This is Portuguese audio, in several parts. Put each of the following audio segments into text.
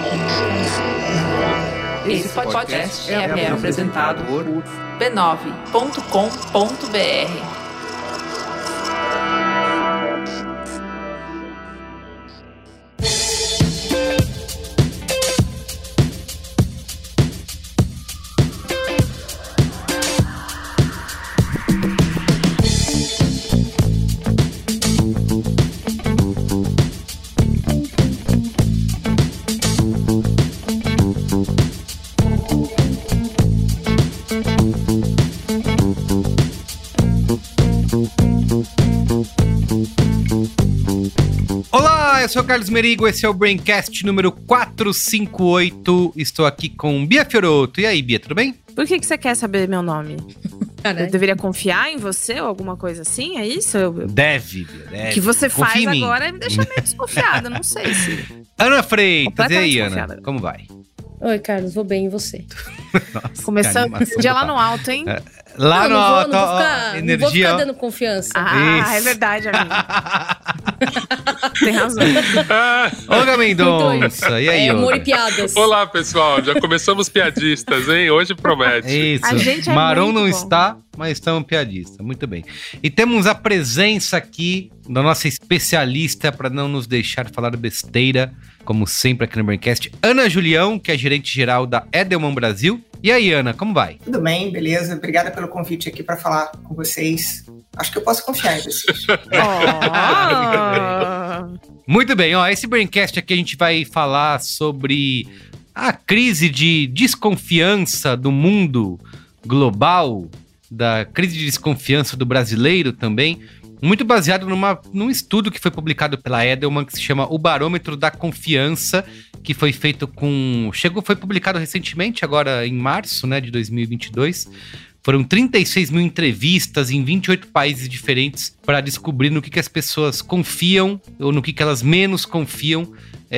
Esse podcast é apresentado por b9.com.br. Olá, eu sou o Carlos Merigo, esse é o Braincast número 458. Estou aqui com Bia Fiorotto. E aí, Bia, tudo bem? Por que você quer saber meu nome? Eu deveria confiar em você ou alguma coisa assim? É isso? Deve, Bia, deve. O que você Confia faz em mim. agora me deixa meio desconfiada, não sei se... Ana Freitas, e aí, Completamente Ana? desconfiada. Como vai? Oi, Carlos, vou bem, e você? Nossa, Começando que o dia lá animação no alto, hein? Lá no alto, não vou ó, ficar, energia. não vou ficar Ó. dando confiança. Ah, Isso. é verdade, amiga. Tem razão. Olga Mendonça, e aí, É humor e Olga? piadas. Olá, pessoal. Já começamos piadistas, hein? Hoje promete. Isso. A gente é Maron muito não bom. está, mas estamos piadistas. Muito bem. E temos a presença aqui da nossa especialista para não nos deixar falar besteira, como sempre aqui no Braincast, Ana Julião, que é gerente-geral da Edelman Brasil. E aí, Ana, como vai? Tudo bem, beleza. Obrigada pelo convite aqui para falar com vocês. Acho que eu posso confiar em vocês. Oh. Muito bem, ó, esse Braincast aqui a gente vai falar sobre a crise de desconfiança do mundo global, da crise de desconfiança do brasileiro também, muito baseado num estudo que foi publicado pela Edelman, que se chama O Barômetro da Confiança, que foi feito foi publicado recentemente, agora em março, né, de 2022. Foram 36 mil entrevistas em 28 países diferentes para descobrir no que as pessoas confiam ou no que elas menos confiam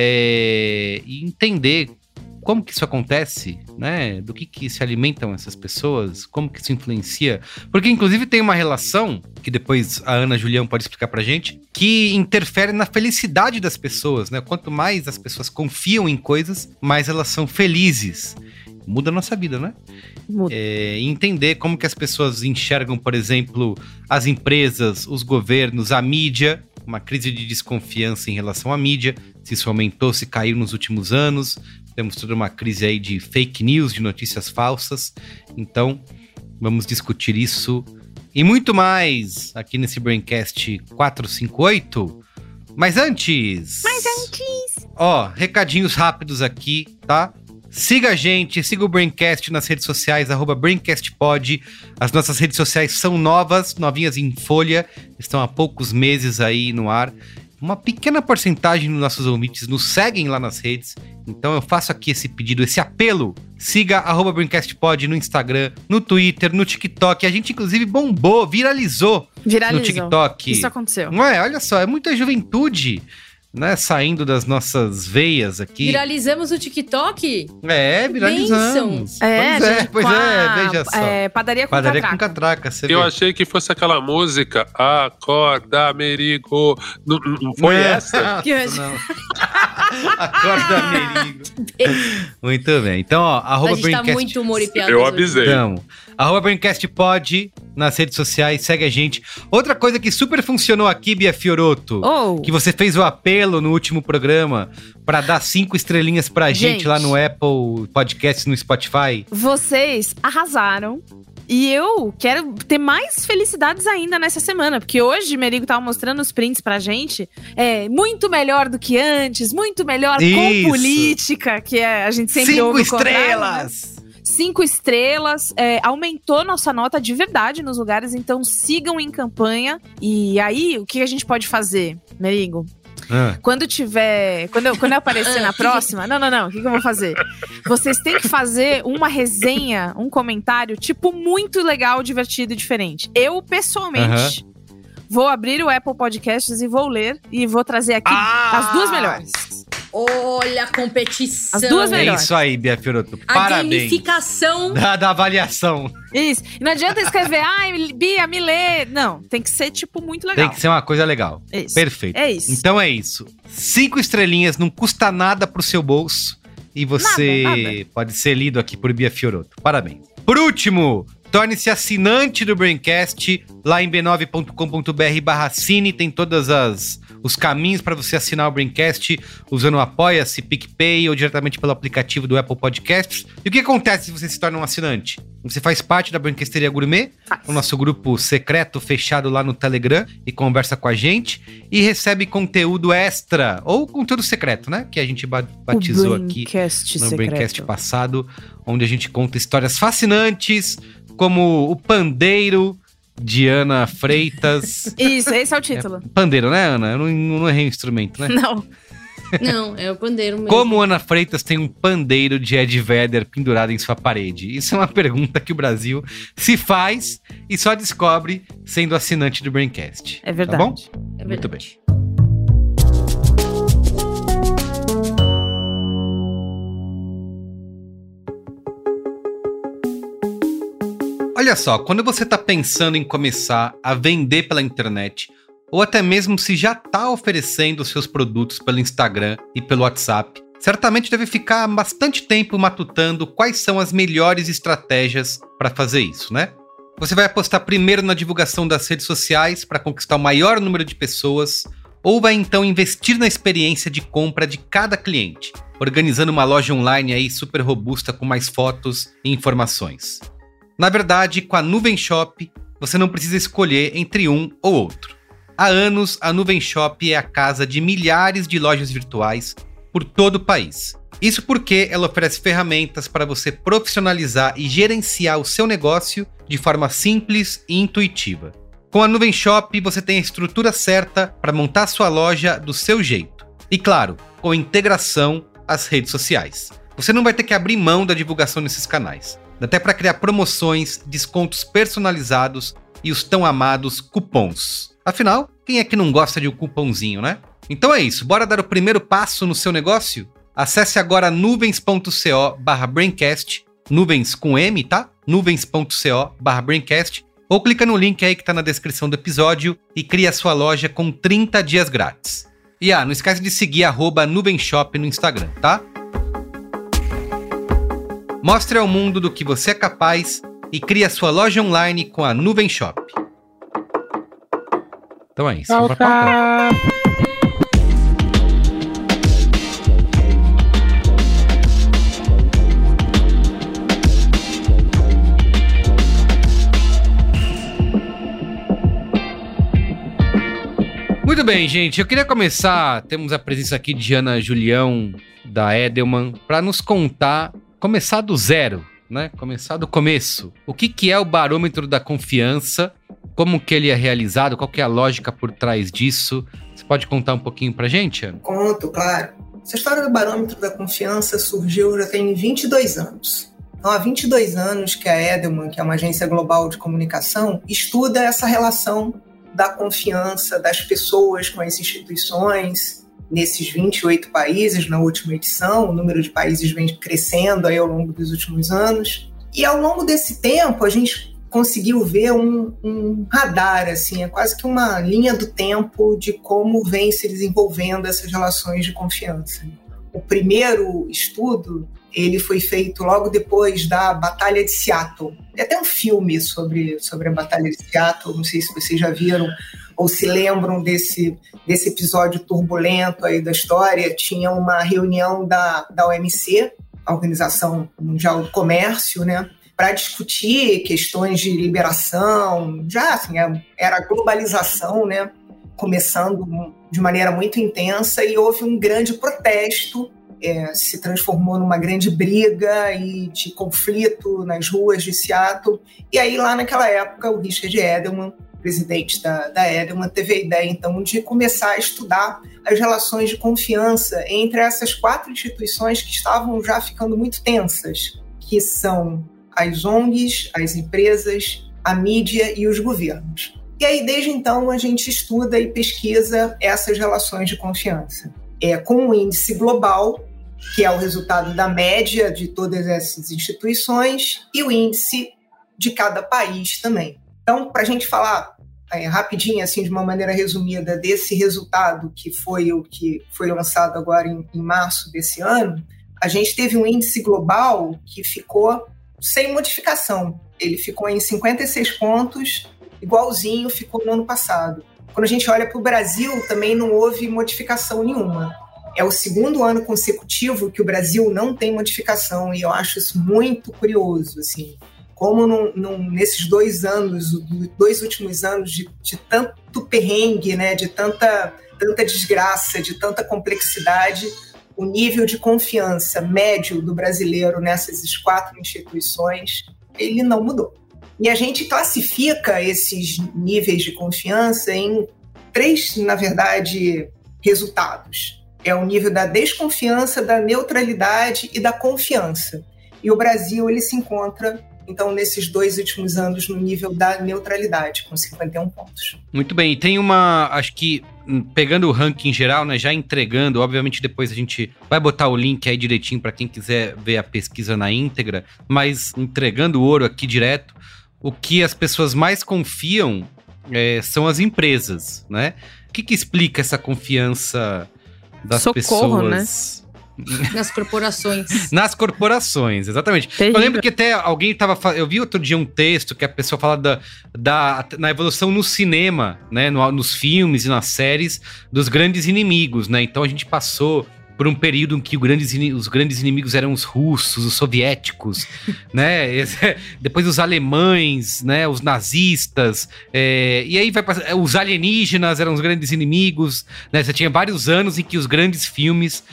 e entender como que isso acontece, né? Do que se alimentam essas pessoas, como que isso influencia. Porque, inclusive, tem uma relação, que depois a Ana Julião pode explicar pra gente, que interfere na felicidade das pessoas, né? Quanto mais as pessoas confiam em coisas, mais elas são felizes. Muda a nossa vida, né? Muda. Entender como que as pessoas enxergam, por exemplo, as empresas, os governos, a mídia, uma crise de desconfiança em relação à mídia, se isso aumentou, se caiu nos últimos anos. Temos toda uma crise aí de fake news, de notícias falsas. Então, vamos discutir isso e muito mais aqui nesse Braincast 458. Mas antes... Ó, recadinhos rápidos aqui, tá? Siga a gente, siga o Braincast nas redes sociais, @BraincastPod. As nossas redes sociais são novinhas em folha, estão há poucos meses aí no ar. Uma pequena porcentagem dos nossos ouvintes nos seguem lá nas redes, então eu faço aqui esse pedido, esse apelo. Siga @BraincastPod no Instagram, no Twitter, no TikTok. A gente, inclusive, bombou, viralizou no TikTok. Isso aconteceu. Não é? Olha só, é muita juventude, né, saindo das nossas veias aqui. Viralizamos o TikTok? Viralizamos. Pois é, veja só. Padaria com Padaria catraca. com catraca, você vê. Eu achei que fosse aquela música Acorda, Merigo. Não foi essa? Que eu- Não. Acorda, Merigo. Muito bem. Então, ó, A gente tá Braincast. muito humor e piadas Eu hoje. avisei. Então, @BraincastPod nas redes sociais, segue a gente. Outra coisa que super funcionou aqui, Bia Fiorotto, Oh. que você fez o apelo no último programa pra dar 5 estrelinhas pra gente Gente. lá no Apple Podcasts, no Spotify. Vocês arrasaram. E eu quero ter mais felicidades ainda nessa semana, porque hoje o Merigo tava mostrando os prints pra gente. É muito melhor do que antes, muito melhor Isso. com política, que a gente sempre 5 ouve o contrário, né? estrelas! 5 estrelas, aumentou nossa nota de verdade nos lugares, então sigam em campanha. E aí, o que a gente pode fazer, Merigo? Quando eu aparecer na próxima... Não. O que eu vou fazer? Vocês têm que fazer uma resenha, um comentário, tipo, muito legal, divertido e diferente. Eu, pessoalmente, vou abrir o Apple Podcasts e vou ler. E vou trazer aqui as duas melhores. Olha a competição. As duas É melhores. isso aí, Bia Fiorotto. A Parabéns. gamificação. Da avaliação. Isso. E não adianta escrever, ai, Bia, me lê. Não, tem que ser, tipo, muito legal. Tem que ser uma coisa legal. Isso. Perfeito. É isso. Então é isso. 5 estrelinhas, não custa nada pro seu bolso. e você Nada. pode ser lido aqui por Bia Fiorotto. Parabéns. Por último, torne-se assinante do Braincast lá em b9.com.br/assine. Tem todos os caminhos para você assinar o Braincast usando o Apoia-se, PicPay ou diretamente pelo aplicativo do Apple Podcasts. E o que acontece se você se torna um assinante? Você faz parte da Branquesteria Gourmet, o nosso grupo secreto fechado lá no Telegram, e conversa com a gente e recebe conteúdo extra, ou conteúdo secreto, né? Que a gente batizou aqui no Braincast passado, onde a gente conta histórias fascinantes, como o pandeiro de Ana Freitas. Isso, esse é o título. Pandeiro, né, Ana? Eu não errei o instrumento, né? Não. Não, é o pandeiro mesmo. Como Ana Freitas tem um pandeiro de Ed Vedder pendurado em sua parede? Isso é uma pergunta que o Brasil se faz e só descobre sendo assinante do Braincast. É verdade. Tá bom? É Muito verdade. bem. Olha só, quando você está pensando em começar a vender pela internet, ou até mesmo se já está oferecendo seus produtos pelo Instagram e pelo WhatsApp, certamente deve ficar bastante tempo matutando quais são as melhores estratégias para fazer isso, né? Você vai apostar primeiro na divulgação das redes sociais para conquistar o maior número de pessoas, ou vai então investir na experiência de compra de cada cliente, organizando uma loja online aí super robusta com mais fotos e informações. Na verdade, com a Nuvem Shop, você não precisa escolher entre um ou outro. Há anos, a Nuvem Shop é a casa de milhares de lojas virtuais por todo o país. Isso porque ela oferece ferramentas para você profissionalizar e gerenciar o seu negócio de forma simples e intuitiva. Com a Nuvem Shop, você tem a estrutura certa para montar sua loja do seu jeito. E claro, com integração às redes sociais. Você não vai ter que abrir mão da divulgação nesses canais. Dá até para criar promoções, descontos personalizados e os tão amados cupons. Afinal, quem é que não gosta de um cupomzinho, né? Então é isso, bora dar o primeiro passo no seu negócio? Acesse agora nuvens.co/Braincast, nuvens com M, tá? nuvens.co/Braincast, ou clica no link aí que tá na descrição do episódio e cria a sua loja com 30 dias grátis. E não esquece de seguir @nuvenshop no Instagram, tá? Mostre ao mundo do que você é capaz e crie a sua loja online com a Nuvem Shop. Então é isso. Vamos pra Muito bem, gente. Eu queria começar. Temos a presença aqui de Ana Julião, da Edelman, para nos contar, começar do zero, né? Começar do começo. O que é o barômetro da confiança? Como que ele é realizado? Qual que é a lógica por trás disso? Você pode contar um pouquinho pra gente, Ana? Conto, claro. Essa história do barômetro da confiança surgiu já tem 22 anos. Então, há 22 anos que a Edelman, que é uma agência global de comunicação, estuda essa relação da confiança das pessoas com as instituições nesses 28 países. Na última edição, o número de países vem crescendo aí ao longo dos últimos anos. E ao longo desse tempo, a gente conseguiu ver um radar, assim, é quase que uma linha do tempo de como vem se desenvolvendo essas relações de confiança. O primeiro estudo, ele foi feito logo depois da Batalha de Seattle. Tem até um filme sobre a Batalha de Seattle, não sei se vocês já viram ou se lembram desse episódio turbulento aí da história. Tinha uma reunião da OMC, a Organização Mundial do Comércio, né, para discutir questões de liberação, já assim, era a globalização, né, começando de maneira muito intensa, e houve um grande protesto, se transformou numa grande briga e de conflito nas ruas de Seattle. E aí, lá naquela época, o Richard Edelman, presidente da Edelman, teve a ideia, então, de começar a estudar as relações de confiança entre essas 4 instituições que estavam já ficando muito tensas, que são as ONGs, as empresas, a mídia e os governos. E aí, desde então, a gente estuda e pesquisa essas relações de confiança. Com um índice global, que é o resultado da média de todas essas instituições, e o índice de cada país também. Então, para a gente falar rapidinho, assim, de uma maneira resumida, desse resultado, que foi o que foi lançado agora em março desse ano, a gente teve um índice global que ficou sem modificação. Ele ficou em 56 pontos, igualzinho ficou no ano passado. Quando a gente olha para o Brasil, também não houve modificação nenhuma. É o segundo ano consecutivo que o Brasil não tem modificação, e eu acho isso muito curioso, assim. Como nesses 2 anos, 2 últimos anos de tanto perrengue, né, de tanta desgraça, de tanta complexidade, o nível de confiança médio do brasileiro nessas 4 instituições, ele não mudou. E a gente classifica esses níveis de confiança em 3, na verdade, resultados. É o nível da desconfiança, da neutralidade e da confiança. E o Brasil, ele se encontra, então, nesses 2 últimos anos, no nível da neutralidade, com 51 pontos. Muito bem. E tem acho que, pegando o ranking geral, né, já entregando, obviamente depois a gente vai botar o link aí direitinho para quem quiser ver a pesquisa na íntegra, mas entregando o ouro aqui direto, o que as pessoas mais confiam são as empresas, né? O que explica essa confiança das pessoas? Né? Nas corporações. Nas corporações, exatamente. Terrível. Eu lembro que até alguém eu vi outro dia um texto que a pessoa fala na evolução no cinema, né, nos filmes e nas séries, dos grandes inimigos, né? Então a gente passou por um período em que os grandes inimigos eram os russos, os soviéticos, né? Depois os alemães, né? Os nazistas, e aí vai passar, os alienígenas eram os grandes inimigos, né? Você tinha vários anos em que os grandes filmes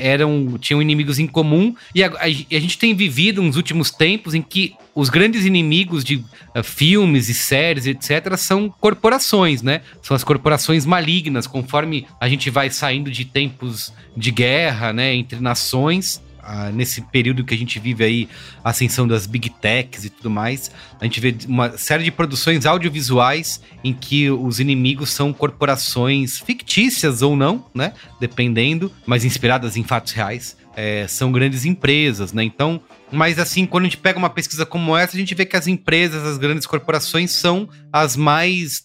tinham inimigos em comum, e a gente tem vivido uns últimos tempos em que os grandes inimigos de filmes e séries, etc., são corporações, né? São as corporações malignas, conforme a gente vai saindo de tempos de guerra, né, entre nações. Nesse período que a gente vive aí, a ascensão das big techs e tudo mais, a gente vê uma série de produções audiovisuais em que os inimigos são corporações fictícias ou não, né? Dependendo, mas inspiradas em fatos reais. São grandes empresas, né? Então, mas assim, quando a gente pega uma pesquisa como essa, a gente vê que as empresas, as grandes corporações são as mais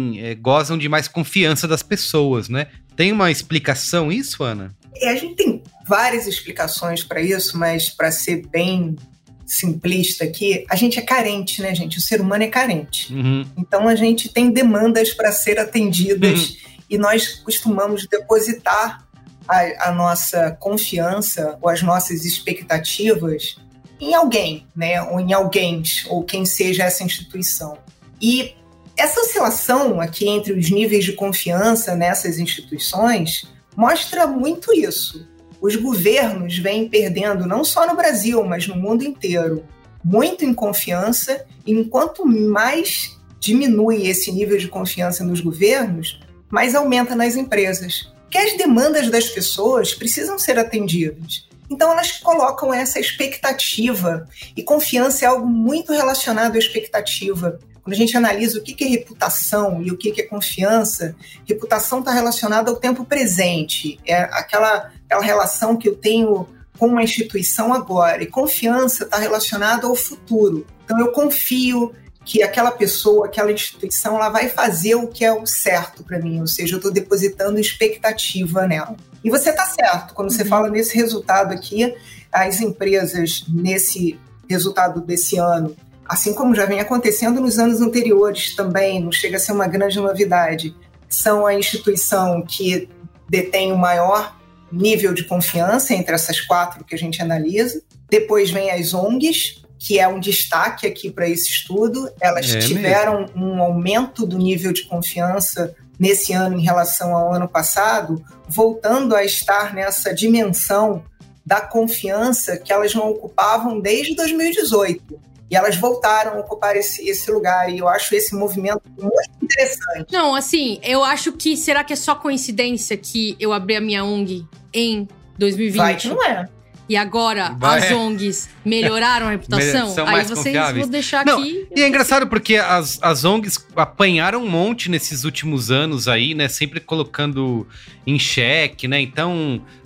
gozam de mais confiança das pessoas, né? Tem uma explicação isso, Ana? A gente tem várias explicações para isso, mas para ser bem simplista aqui, a gente é carente, né, gente? O ser humano é carente. Uhum. Então a gente tem demandas para ser atendidas e nós costumamos depositar a nossa confiança ou as nossas expectativas em alguém, né? Ou em alguém, ou quem seja essa instituição. E essa oscilação aqui entre os níveis de confiança nessas instituições mostra muito isso. Os governos vêm perdendo, não só no Brasil, mas no mundo inteiro, muito em confiança, e enquanto mais diminui esse nível de confiança nos governos, mais aumenta nas empresas. Porque as demandas das pessoas precisam ser atendidas. Então elas colocam essa expectativa, e confiança é algo muito relacionado à expectativa. Quando a gente analisa o que é reputação e o que é confiança, reputação está relacionada ao tempo presente, é aquela relação que eu tenho com uma instituição agora, e confiança está relacionada ao futuro. Então eu confio que aquela pessoa, aquela instituição, ela vai fazer o que é o certo para mim, ou seja, eu estou depositando expectativa nela. E você está certo, quando você fala nesse resultado aqui, as empresas, nesse resultado desse ano, assim como já vem acontecendo nos anos anteriores também, não chega a ser uma grande novidade, são a instituição que detém o maior nível de confiança entre essas 4 que a gente analisa. Depois vem as ONGs, que é um destaque aqui para esse estudo. Elas tiveram um aumento do nível de confiança nesse ano em relação ao ano passado, voltando a estar nessa dimensão da confiança que elas não ocupavam desde 2018. E elas voltaram a ocupar esse lugar. E eu acho esse movimento muito interessante. Não, assim, eu acho que... Será que é só coincidência que eu abri a minha ONG em 2020? Vai que não é. E agora as ONGs melhoraram a reputação? São aí mais vocês confiáveis. vão deixar não, aqui... E é engraçado porque as ONGs apanharam um monte nesses últimos anos aí, né? Sempre colocando em xeque, né? Então,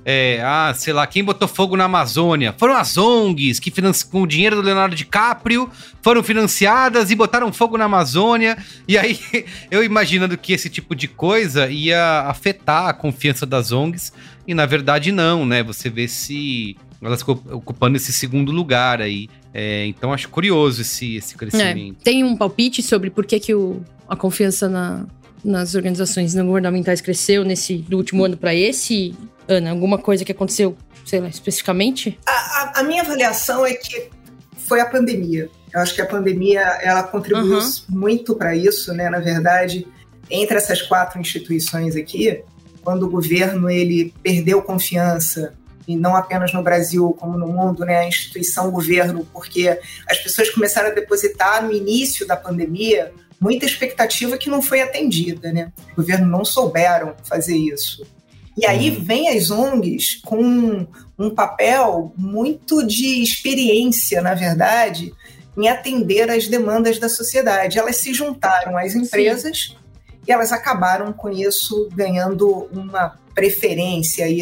sei lá, quem botou fogo na Amazônia? Foram as ONGs que com o dinheiro do Leonardo DiCaprio foram financiadas e botaram fogo na Amazônia. E aí eu imaginando que esse tipo de coisa ia afetar a confiança das ONGs e na verdade não, né? Você vê se elas ocupando esse segundo lugar aí. Então acho curioso esse crescimento. Tem um palpite sobre por que a confiança nas organizações não governamentais cresceu do último ano para esse? Ana, alguma coisa que aconteceu, sei lá, especificamente? A minha avaliação é que foi a pandemia. Eu acho que a pandemia, ela contribuiu muito para isso, né? Na verdade, entre essas 4 instituições aqui, quando o governo ele perdeu confiança, e não apenas no Brasil, como no mundo, né? A instituição governo, porque as pessoas começaram a depositar no início da pandemia muita expectativa que não foi atendida, né? Os governos não souberam fazer isso. E aí vem as ONGs com um papel muito de experiência, na verdade, em atender às demandas da sociedade. Elas se juntaram às empresas e elas acabaram com isso ganhando uma preferência aí,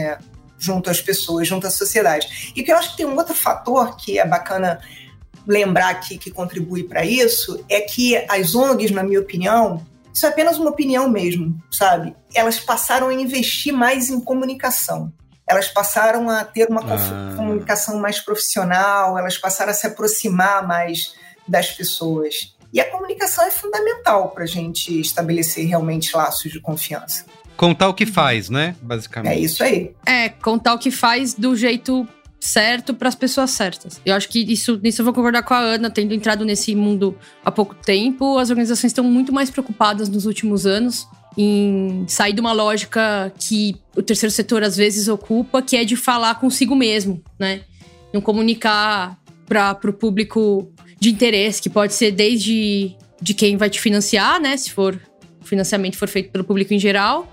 junto às pessoas, junto à sociedade. E que eu acho que tem um outro fator que é bacana lembrar aqui que contribui para isso, é que as ONGs, na minha opinião, isso é apenas uma opinião mesmo, sabe? Elas passaram a investir mais em comunicação. Elas passaram a ter uma comunicação mais profissional, elas passaram a se aproximar mais das pessoas. E a comunicação é fundamental para a gente estabelecer realmente laços de confiança. Contar o que faz, né? Basicamente. É isso aí. Contar o que faz do jeito certo para as pessoas certas. Eu acho que nisso eu vou concordar com a Ana, tendo entrado nesse mundo há pouco tempo, as organizações estão muito mais preocupadas nos últimos anos em sair de uma lógica que o terceiro setor às vezes ocupa, que é de falar consigo mesmo, né? Não comunicar para o público de interesse, que pode ser desde de quem vai te financiar, né? Se o financiamento for feito pelo público em geral,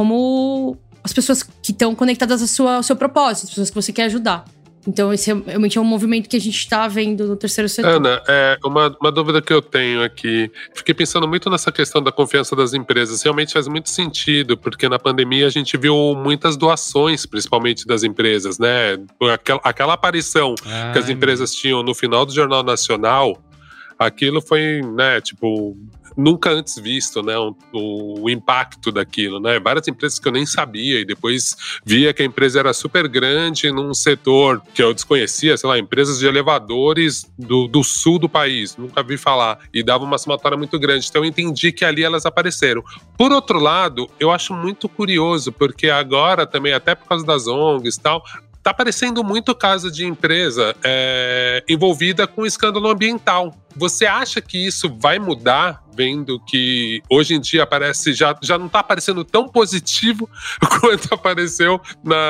como as pessoas que estão conectadas ao seu propósito, as pessoas que você quer ajudar. Então, esse realmente é um movimento que a gente está vendo no terceiro setor. Ana, uma dúvida que eu tenho aqui. Fiquei pensando muito nessa questão da confiança das empresas. Realmente faz muito sentido, porque na pandemia a gente viu muitas doações, principalmente das empresas, né? Aquela aparição que as empresas tinham no final do Jornal Nacional, aquilo foi, né, nunca antes visto, né, o impacto daquilo, né, várias empresas que eu nem sabia e depois via que a empresa era super grande num setor que eu desconhecia, sei lá, empresas de elevadores do sul do país, nunca vi falar, e dava uma somatória muito grande, então eu entendi que ali elas apareceram. Por outro lado, eu acho muito curioso, porque agora também, até por causa das ONGs e tal, tá aparecendo muito caso de empresa envolvida com escândalo ambiental. Você acha que isso vai mudar, vendo que hoje em dia aparece, já não está aparecendo tão positivo quanto apareceu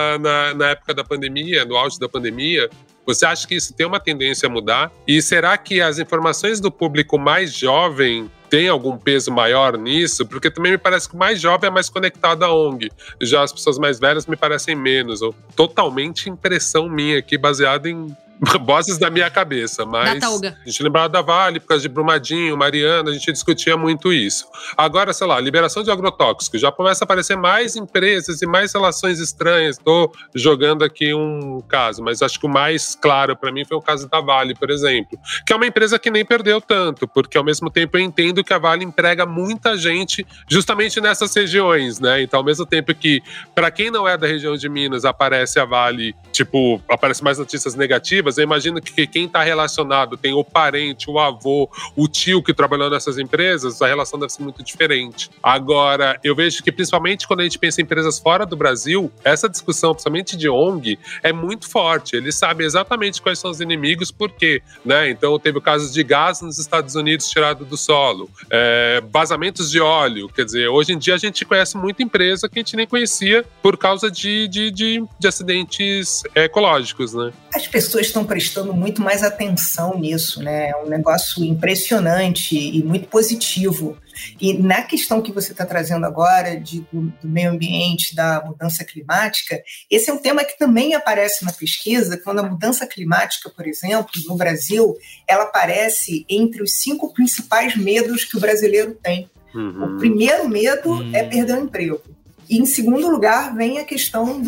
na época da pandemia, no auge da pandemia? Você acha que isso tem uma tendência a mudar? E será que as informações do público mais jovem tem algum peso maior nisso? Porque também me parece que o mais jovem é mais conectado à ONG. Já as pessoas mais velhas me parecem menos. Totalmente impressão minha aqui, baseada em vozes da minha cabeça, mas a gente lembrava da Vale por causa de Brumadinho, Mariana, a gente discutia muito isso. Agora, sei lá, liberação de agrotóxicos, já começa a aparecer mais empresas e mais relações estranhas. Estou jogando aqui um caso, mas acho que o mais claro para mim foi o caso da Vale, por exemplo, que é uma empresa que nem perdeu tanto, porque ao mesmo tempo eu entendo que a Vale emprega muita gente justamente nessas regiões, né? Então, ao mesmo tempo que, para quem não é da região de Minas, aparece a Vale, aparece mais notícias negativas, eu imagino que quem está relacionado tem o parente, o avô, o tio que trabalhou nessas empresas, a relação deve ser muito diferente. Agora, eu vejo que principalmente quando a gente pensa em empresas fora do Brasil, essa discussão, principalmente de ONG, é muito forte. Eles sabem exatamente quais são os inimigos, por quê, né? Então, teve o caso de gás nos Estados Unidos tirado do solo, vazamentos de óleo. Quer dizer, hoje em dia a gente conhece muita empresa que a gente nem conhecia por causa de acidentes ecológicos, né? As pessoas estão prestando muito mais atenção nisso, né? É um negócio impressionante e muito positivo. E na questão que você está trazendo agora do meio ambiente, da mudança climática, esse é um tema que também aparece na pesquisa, quando a mudança climática, por exemplo, no Brasil, ela aparece entre os 5 principais medos que o brasileiro tem. O primeiro medo é perder o emprego. E, em segundo lugar, vem a questão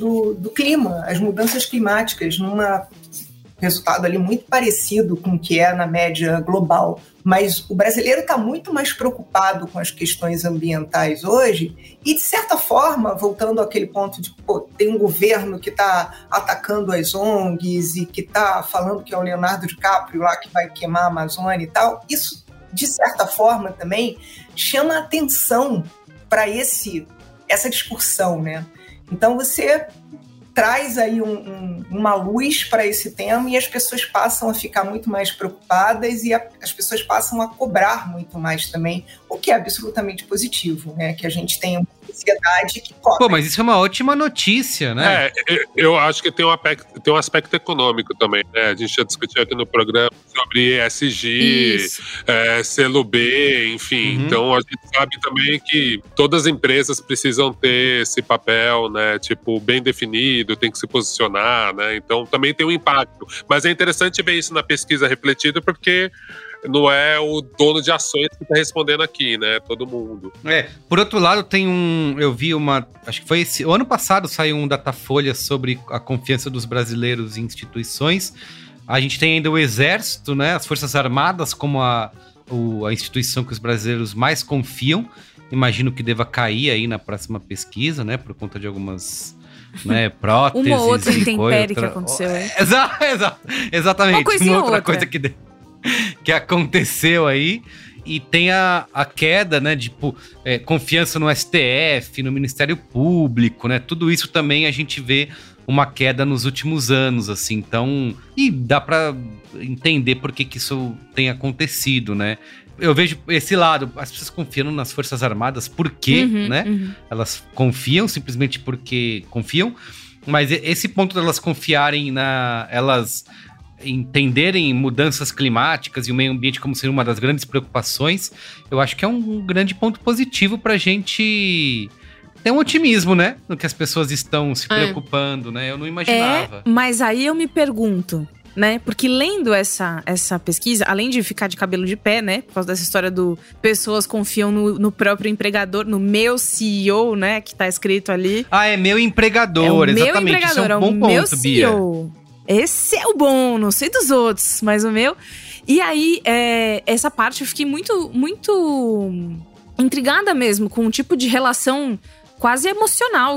do clima, as mudanças climáticas, num resultado ali muito parecido com o que é na média global. Mas o brasileiro está muito mais preocupado com as questões ambientais hoje e, de certa forma, voltando àquele ponto de tem um governo que está atacando as ONGs e que está falando que é o Leonardo DiCaprio lá que vai queimar a Amazônia e tal, isso, de certa forma, também chama atenção para essa discussão, né? Então, você traz aí uma luz para esse tema e as pessoas passam a ficar muito mais preocupadas e as pessoas passam a cobrar muito mais também, o que é absolutamente positivo, né? Que a gente tenha uma sociedade que cobra. Pô, mas isso é uma ótima notícia, né? Eu acho que tem um aspecto econômico também, né? A gente já discutiu aqui no programa sobre ESG, selo B, enfim. Então, a gente sabe também que todas as empresas precisam ter esse papel, né? Tipo, bem definido, tem que se posicionar, né? Então, também tem um impacto. Mas é interessante ver isso na pesquisa refletida, porque não é o dono de ações que está respondendo aqui, né? Todo mundo. Por outro lado, eu vi acho que foi o ano passado saiu um Datafolha sobre a confiança dos brasileiros em instituições. A gente tem ainda o Exército, né? As Forças Armadas como a instituição que os brasileiros mais confiam. Imagino que deva cair aí na próxima pesquisa, né? Por conta de algumas, né, próteses. Uma outra intempérie que aconteceu aí. Exatamente. Uma coisinha outra outra. coisa que aconteceu aí. E tem a queda, né, confiança no STF, no Ministério Público, né? Tudo isso também a gente vê uma queda nos últimos anos, assim. Então, e dá pra entender por que isso tem acontecido, né? Eu vejo esse lado, as pessoas confiando nas Forças Armadas, por quê, né? Elas confiam simplesmente porque confiam, mas esse ponto delas confiarem elas entenderem mudanças climáticas e o meio ambiente como ser uma das grandes preocupações, eu acho que é um grande ponto positivo pra gente ter um otimismo, né? No que as pessoas estão se preocupando, né? Eu não imaginava. Mas aí eu me pergunto, né? Porque lendo essa pesquisa, além de ficar de cabelo de pé, né? Por causa dessa história do pessoas confiam no próprio empregador, no meu CEO, né? Que tá escrito ali. É meu empregador, exatamente. Meu empregador, isso é um bom meu ponto, CEO. Bia. Esse é o bom, não sei dos outros, mas o meu. E aí, essa parte eu fiquei muito, muito intrigada mesmo com um tipo de relação quase emocional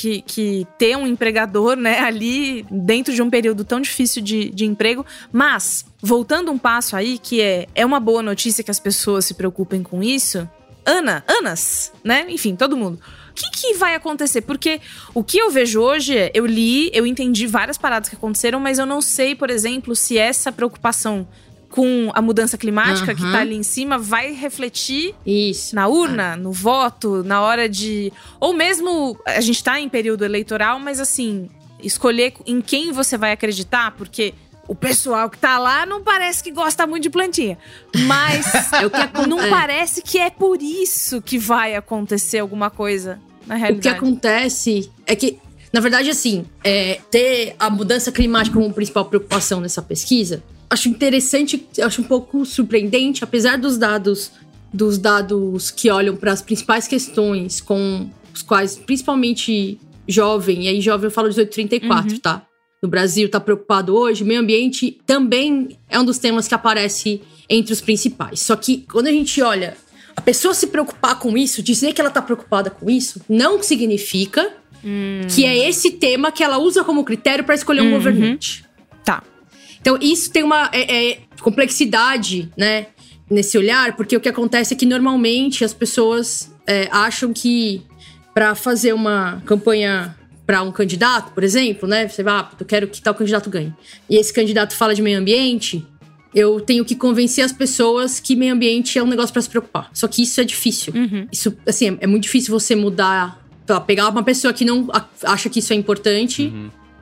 que ter um empregador, né, ali dentro de um período tão difícil de emprego. Mas, voltando um passo aí, que é uma boa notícia que as pessoas se preocupem com isso. Anas, né? Enfim, todo mundo. O que vai acontecer? Porque o que eu vejo hoje eu entendi várias paradas que aconteceram, mas eu não sei, por exemplo, se essa preocupação com a mudança climática que tá ali em cima vai refletir na urna, no voto, na hora de... Ou mesmo, a gente tá em período eleitoral, mas assim, escolher em quem você vai acreditar, porque o pessoal que tá lá não parece que gosta muito de plantinha. Mas não parece que é por isso que vai acontecer alguma coisa na realidade. O que acontece é que, na verdade, assim, ter a mudança climática como principal preocupação nessa pesquisa, acho interessante, acho um pouco surpreendente, apesar dos dados que olham para as principais questões com os quais, principalmente jovem, e aí jovem eu falo 18-34, tá? No Brasil tá preocupado hoje, meio ambiente também é um dos temas que aparece entre os principais. Só que quando a gente olha, a pessoa se preocupar com isso, dizer que ela tá preocupada com isso, não significa que é esse tema que ela usa como critério para escolher um governante. Tá. Então isso tem uma complexidade, né, nesse olhar, porque o que acontece é que normalmente as pessoas acham que para fazer uma campanha para um candidato, por exemplo, né? Você vai, eu quero que tal candidato ganhe. E esse candidato fala de meio ambiente, eu tenho que convencer as pessoas que meio ambiente é um negócio para se preocupar. Só que isso é difícil. Isso, assim, é muito difícil você mudar, pegar uma pessoa que não acha que isso é importante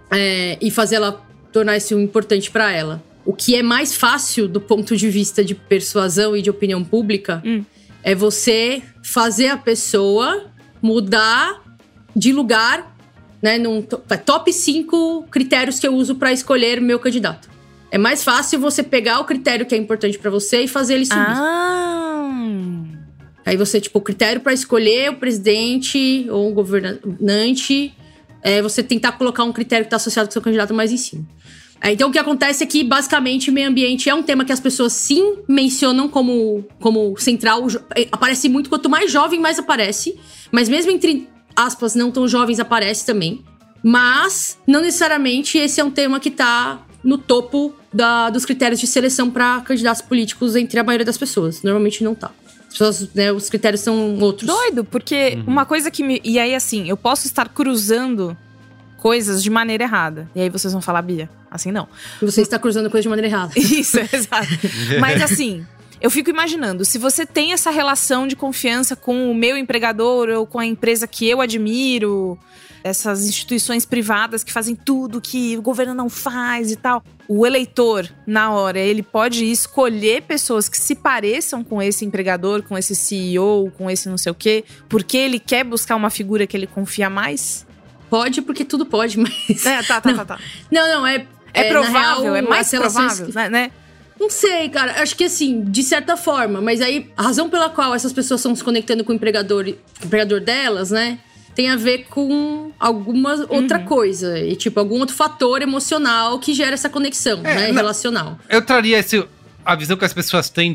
e fazer ela tornar isso importante para ela. O que é mais fácil do ponto de vista de persuasão e de opinião pública é você fazer a pessoa mudar de lugar, né, top 5 critérios que eu uso pra escolher meu candidato. É mais fácil você pegar o critério que é importante pra você e fazer ele subir. Aí você, tipo, o critério para escolher o presidente ou o governante é você tentar colocar um critério que está associado com o seu candidato mais em cima. Então, o que acontece é que, basicamente, meio ambiente é um tema que as pessoas sim mencionam como central. Aparece muito, quanto mais jovem, mais aparece. Mas mesmo entre aspas, não tão jovens, aparece também. Mas, não necessariamente, esse é um tema que tá no topo dos critérios de seleção para candidatos políticos entre a maioria das pessoas. Normalmente não tá. As pessoas, né, os critérios são outros. Doido, porque uma coisa que me... E aí, assim, eu posso estar cruzando coisas de maneira errada. E aí vocês vão falar, Bia, assim não. Você está cruzando coisas de maneira errada. Isso, exato. Mas assim, eu fico imaginando, se você tem essa relação de confiança com o meu empregador ou com a empresa que eu admiro, essas instituições privadas que fazem tudo que o governo não faz e tal, o eleitor, na hora, ele pode escolher pessoas que se pareçam com esse empregador, com esse CEO, com esse não sei o quê, porque ele quer buscar uma figura que ele confia mais? Pode, porque tudo pode, mas... Tá. Não, é provável, real, é mais provável, né? Não sei, cara. Acho que assim, de certa forma. Mas aí, a razão pela qual essas pessoas estão se conectando com o empregador delas, né? Tem a ver com alguma outra coisa. E tipo, algum outro fator emocional que gera essa conexão, né? Relacional. Eu traria a visão que as pessoas têm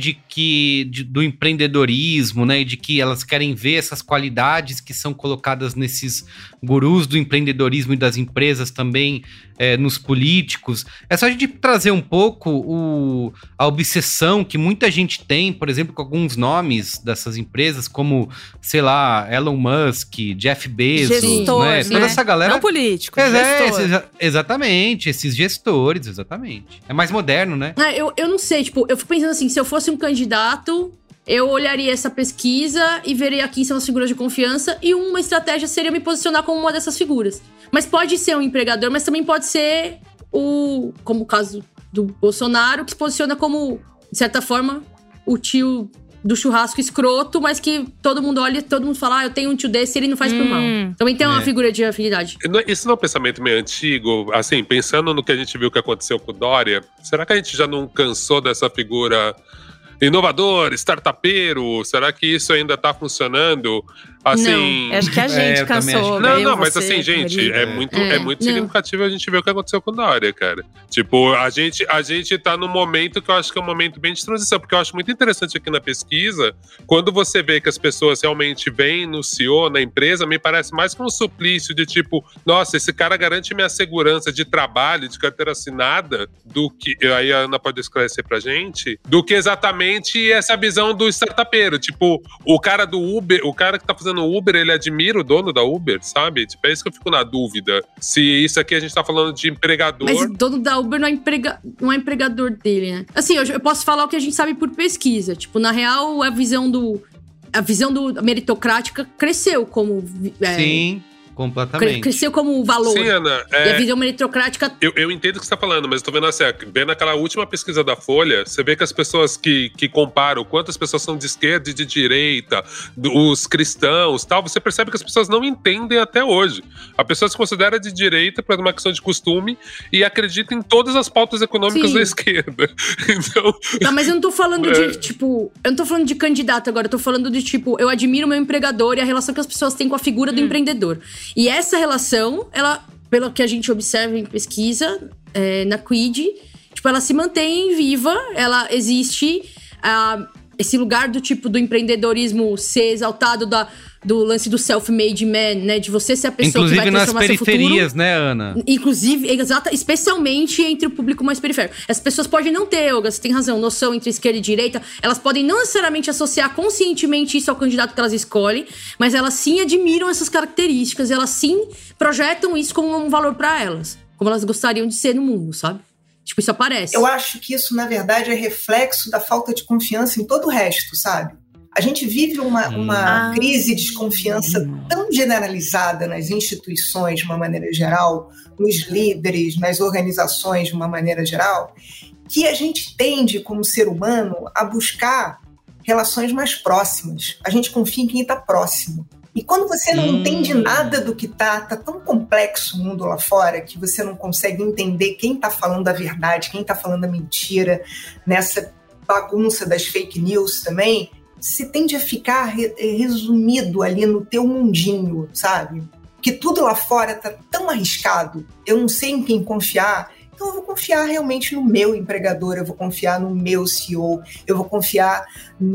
do empreendedorismo, né? E de que elas querem ver essas qualidades que são colocadas nesses gurus do empreendedorismo e das empresas também nos políticos. É só a gente trazer um pouco a obsessão que muita gente tem, por exemplo, com alguns nomes dessas empresas, como, sei lá, Elon Musk, Jeff Bezos, gestor, né? Toda essa galera... Não político, gestor. Exatamente, esses gestores, exatamente. É mais moderno, né? Eu não sei, tipo, eu fico pensando assim, se eu fosse um candidato, eu olharia essa pesquisa e veria quem são as figuras de confiança, e uma estratégia seria me posicionar como uma dessas figuras. Mas pode ser um empregador, mas também pode ser como o caso do Bolsonaro, que se posiciona como, de certa forma, o tio do churrasco escroto, mas que todo mundo olha e todo mundo fala, eu tenho um tio desse e ele não faz por mal. Também tem uma figura de afinidade. Isso não é um pensamento meio antigo? Assim, pensando no que a gente viu que aconteceu com o Dória, será que a gente já não cansou dessa figura inovador, startupeiro? Será que isso ainda tá funcionando? Assim, não, acho que a gente cansou. Não, mas assim, gente, é muito significativo a gente ver o que aconteceu com o Dória, cara. Tipo, a gente tá num momento que eu acho que é um momento bem de transição, porque eu acho muito interessante aqui na pesquisa, quando você vê que as pessoas realmente vêm no CEO, na empresa, me parece mais como um suplício de tipo, nossa, esse cara garante minha segurança de trabalho, de carteira assinada, do que, aí a Ana pode esclarecer pra gente, do que exatamente essa visão do startupeiro. Tipo, o cara do Uber, o cara que tá fazendo no Uber, ele admira o dono da Uber, sabe? Tipo, é isso que eu fico na dúvida. Se isso aqui a gente tá falando de empregador... Mas o dono da Uber não é empregador dele, né? Assim, eu posso falar o que a gente sabe por pesquisa. Tipo, na real, a visão do meritocrática cresceu como... Sim, completamente. Cresceu como valor. Sim, Ana. E a visão meritocrática... Eu entendo o que você tá falando, mas eu tô vendo assim, vendo aquela última pesquisa da Folha, você vê que as pessoas que comparam quantas pessoas são de esquerda e de direita, os cristãos e tal, você percebe que as pessoas não entendem até hoje. A pessoa se considera de direita por uma questão de costume e acredita em todas as pautas econômicas da esquerda. Então... Não, mas eu não tô falando de, tipo... Eu não tô falando de candidato agora, eu tô falando de, tipo, eu admiro o meu empregador e a relação que as pessoas têm com a figura do empreendedor. E essa relação, ela, pelo que a gente observa em pesquisa, na Quid, tipo, ela se mantém viva, ela existe, esse lugar do tipo do empreendedorismo ser exaltado do lance do self-made man, né? De você ser a pessoa que vai transformar seu futuro. Inclusive nas periferias, né, Ana? Inclusive, especialmente entre o público mais periférico. As pessoas podem não ter, Olga, você tem razão, noção entre esquerda e direita. Elas podem não necessariamente associar conscientemente isso ao candidato que elas escolhem, mas elas sim admiram essas características, elas sim projetam isso como um valor pra elas. Como elas gostariam de ser no mundo, sabe? Tipo, isso aparece. Eu acho que isso, na verdade, é reflexo da falta de confiança em todo o resto, sabe? A gente vive uma crise de desconfiança tão generalizada nas instituições, de uma maneira geral, nos líderes, nas organizações, de uma maneira geral, que a gente tende, como ser humano, a buscar relações mais próximas. A gente confia em quem está próximo. E quando você não entende nada do que tá tão complexo o mundo lá fora, que você não consegue entender quem está falando a verdade, quem está falando a mentira, nessa bagunça das fake news também, se tende a ficar resumido ali no teu mundinho, sabe? Que tudo lá fora tá tão arriscado, eu não sei em quem confiar, então eu vou confiar realmente no meu empregador, eu vou confiar no meu CEO, eu vou confiar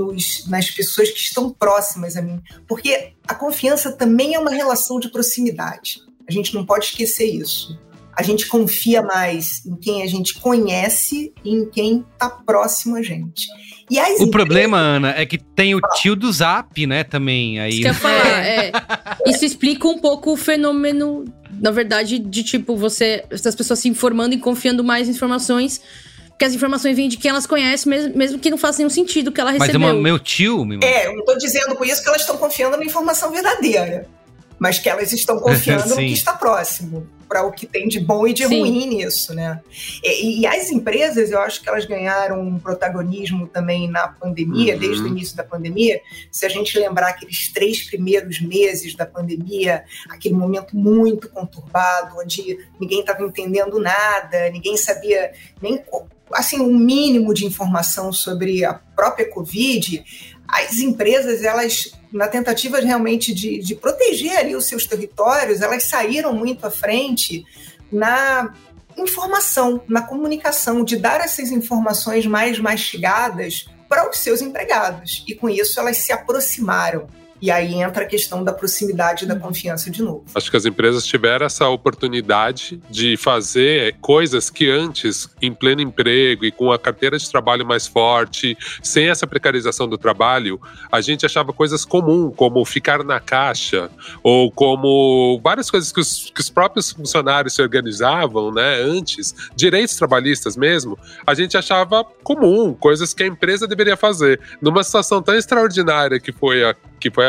nas pessoas que estão próximas a mim, porque a confiança também é uma relação de proximidade. A gente não pode esquecer isso. A gente confia mais em quem a gente conhece e em quem está próximo a gente. E o problema, Ana, é que tem o tio do Zap, né, também. Aí... Isso que eu ia falar, Isso explica um pouco o fenômeno, na verdade, de tipo, as pessoas se informando e confiando mais em informações, porque as informações vêm de quem elas conhecem, mesmo que não faça nenhum sentido que ela recebeu. Mas meu tio... eu não estou dizendo com isso que elas estão confiando na informação verdadeira, mas que elas estão confiando no que está próximo, para o que tem de bom e de ruim nisso, né? E as empresas, eu acho que elas ganharam um protagonismo também na pandemia, desde o início da pandemia. Se a gente lembrar aqueles 3 primeiros meses da pandemia, aquele momento muito conturbado, onde ninguém estava entendendo nada, ninguém sabia nem assim, um mínimo de informação sobre a própria Covid, as empresas, elas, na tentativa realmente de proteger ali os seus territórios, elas saíram muito à frente na informação, na comunicação, de dar essas informações mais mastigadas para os seus empregados. E com isso elas se aproximaram. E aí entra a questão da proximidade e da confiança de novo. Acho que as empresas tiveram essa oportunidade de fazer coisas que antes, em pleno emprego e com a carteira de trabalho mais forte, sem essa precarização do trabalho, a gente achava coisas comuns, como ficar na caixa, ou como várias coisas que os próprios funcionários se organizavam, né, antes, direitos trabalhistas mesmo, a gente achava comum, coisas que a empresa deveria fazer. Numa situação tão extraordinária que foi a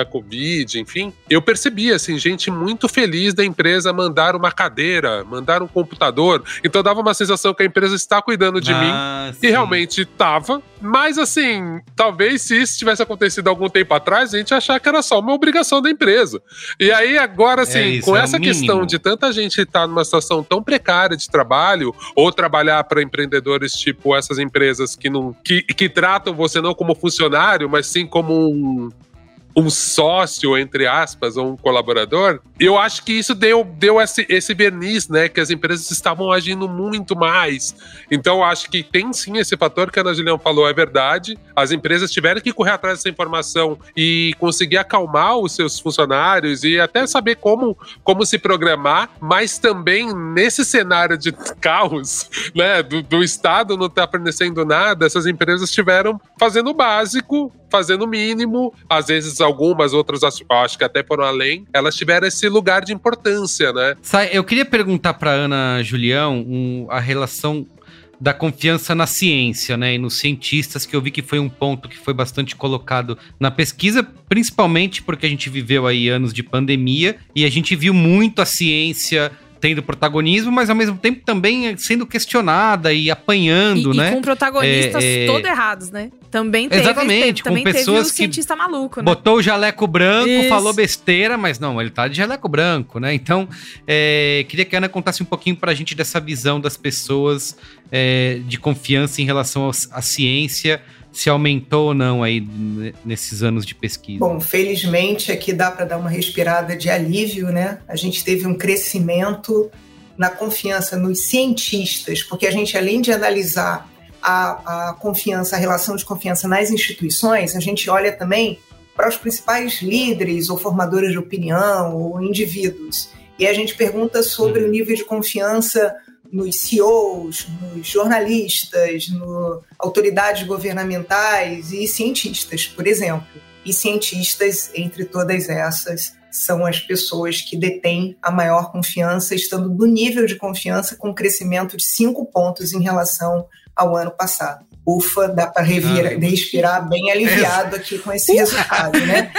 Covid, enfim, eu percebi, assim, gente muito feliz da empresa mandar uma cadeira, mandar um computador, então dava uma sensação que a empresa está cuidando de mim, sim. E realmente estava, mas assim, talvez se isso tivesse acontecido algum tempo atrás, a gente ia achar que era só uma obrigação da empresa. E aí agora, assim, com essa questão de tanta gente estar numa situação tão precária de trabalho, ou trabalhar para empreendedores tipo essas empresas que tratam você não como funcionário, mas sim como um sócio, entre aspas, ou um colaborador, eu acho que isso deu esse verniz, né, que as empresas estavam agindo muito mais. Então, eu acho que tem sim esse fator que a Ana Julião falou, é verdade. As empresas tiveram que correr atrás dessa informação e conseguir acalmar os seus funcionários e até saber como se programar, mas também nesse cenário de caos, né, do Estado não estar fornecendo nada, essas empresas estiveram fazendo o básico, fazendo o mínimo, às vezes algumas, outras acho que até foram além, elas tiveram esse lugar de importância, né? Eu queria perguntar para Ana Julião a relação da confiança na ciência, né, e nos cientistas, que eu vi que foi um ponto que foi bastante colocado na pesquisa, principalmente porque a gente viveu aí anos de pandemia e a gente viu muito a ciência tendo protagonismo, mas ao mesmo tempo também sendo questionada e apanhando, né? E com protagonistas todos errados, né? Também teve, exatamente, também com pessoas teve o cientista maluco, né? Botou o jaleco branco, falou besteira, mas não, ele tá de jaleco branco, né? Então, queria que a Ana contasse um pouquinho pra gente dessa visão das pessoas de confiança em relação à ciência, se aumentou ou não aí nesses anos de pesquisa. Bom, felizmente aqui dá para dar uma respirada de alívio, né? A gente teve um crescimento na confiança nos cientistas, porque a gente, além de analisar a confiança, a relação de confiança nas instituições, a gente olha também para os principais líderes ou formadores de opinião ou indivíduos. E a gente pergunta sobre o nível de confiança nos CEOs, nos jornalistas, autoridades governamentais e cientistas, por exemplo. E cientistas, entre todas essas, são as pessoas que detêm a maior confiança, estando no nível de confiança com um crescimento de 5 pontos em relação ao ano passado. Ufa, dá para respirar bem aliviado aqui com esse resultado, né?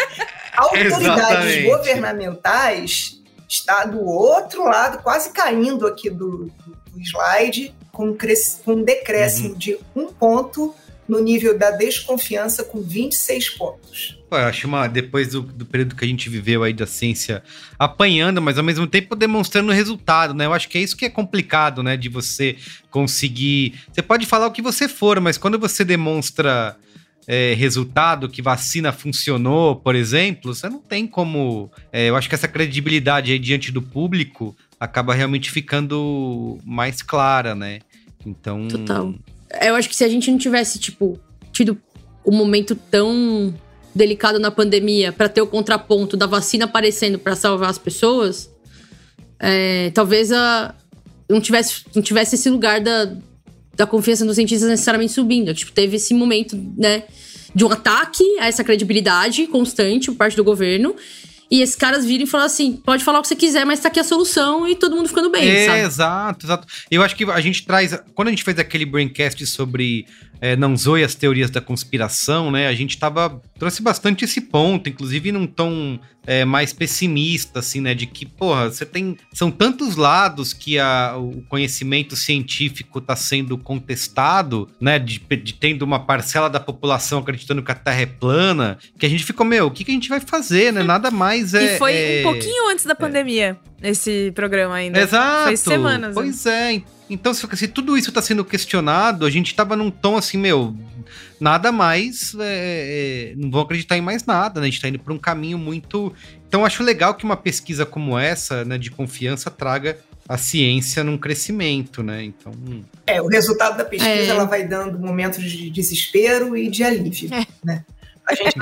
Autoridades governamentais está do outro lado, quase caindo aqui do slide, com um decréscimo de 1 ponto no nível da desconfiança, com 26 pontos. Eu acho depois do período que a gente viveu aí da ciência apanhando, mas ao mesmo tempo demonstrando resultado, né? Eu acho que é isso que é complicado, né? De você conseguir... Você pode falar o que você for, mas quando você demonstra resultado, que vacina funcionou, por exemplo, você não tem como... eu acho que essa credibilidade aí diante do público acaba realmente ficando mais clara, né? Então... Total. Eu acho que se a gente não tivesse, tido um momento tão delicado na pandemia para ter o contraponto da vacina aparecendo para salvar as pessoas, talvez não tivesse esse lugar da confiança nos cientistas necessariamente subindo. Teve esse momento, né, de um ataque a essa credibilidade constante por parte do governo. E esses caras viram e falaram assim, pode falar o que você quiser, mas tá aqui a solução e todo mundo ficando bem, sabe? Exato. Eu acho que a gente traz... Quando a gente fez aquele braincast sobre não zoe as teorias da conspiração, né? A gente trouxe bastante esse ponto, inclusive num tom mais pessimista, assim, né? De que, porra, são tantos lados que o conhecimento científico tá sendo contestado, né? De tendo uma parcela da população acreditando que a Terra é plana, que a gente ficou, o que a gente vai fazer, né? Nada mais E foi um pouquinho antes da pandemia, esse programa ainda. Exato. Foi semanas. Pois é. Então, se tudo isso tá sendo questionado, a gente tava num tom assim, nada mais, não vão acreditar em mais nada, né? A gente tá indo pra um caminho muito... Então, acho legal que uma pesquisa como essa, né, de confiança, traga a ciência num crescimento, né? Então... o resultado da pesquisa, ela vai dando momentos de desespero e de alívio, né? A gente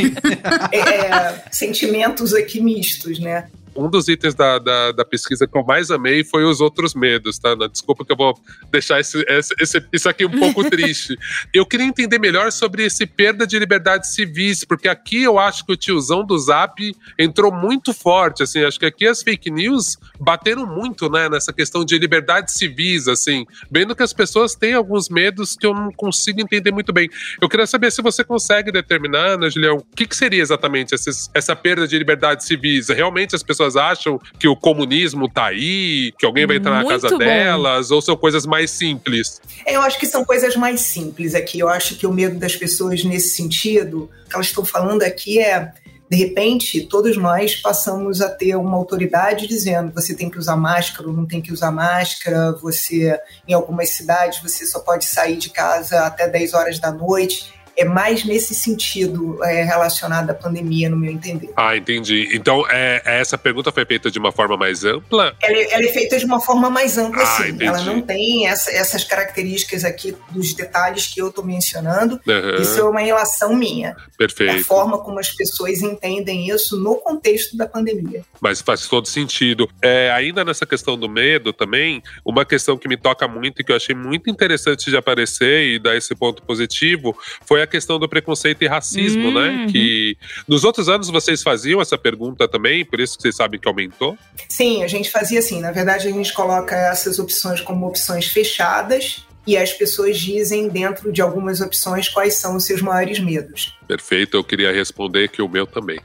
sentimentos aqui mistos, né? Um dos itens da pesquisa que eu mais amei foi os outros medos, tá? Desculpa que eu vou deixar isso aqui um pouco triste. Eu queria entender melhor sobre esse perda de liberdades civis, porque aqui eu acho que o tiozão do Zap entrou muito forte, assim, acho que aqui as fake news bateram muito, né, nessa questão de liberdades civis, assim, vendo que as pessoas têm alguns medos que eu não consigo entender muito bem. Eu queria saber se você consegue determinar, Ana Julião, o que seria exatamente essa perda de liberdades civis? Realmente as pessoas acham que o comunismo tá aí, que alguém vai entrar na casa delas, ou são coisas mais simples? Eu acho que são coisas mais simples aqui. Eu acho que o medo das pessoas nesse sentido, o que elas estão falando aqui de repente, todos nós passamos a ter uma autoridade dizendo você tem que usar máscara ou não tem que usar máscara, em algumas cidades, você só pode sair de casa até 10 horas da noite. É mais nesse sentido relacionado à pandemia, no meu entender. Ah, entendi. Então, essa pergunta foi feita de uma forma mais ampla? Ela é feita de uma forma mais ampla, sim. Entendi. Ela não tem essas características aqui dos detalhes que eu estou mencionando. Uhum. Isso é uma relação minha. Perfeito. É a forma como as pessoas entendem isso no contexto da pandemia. Mas faz todo sentido. Ainda nessa questão do medo também, uma questão que me toca muito e que eu achei muito interessante de aparecer e dar esse ponto positivo foi a questão do preconceito e racismo, né? Que nos outros anos vocês faziam essa pergunta também, por isso que vocês sabem que aumentou? Sim, a gente fazia assim. Na verdade, a gente coloca essas opções como opções fechadas e as pessoas dizem dentro de algumas opções quais são os seus maiores medos. Perfeito, eu queria responder que o meu também.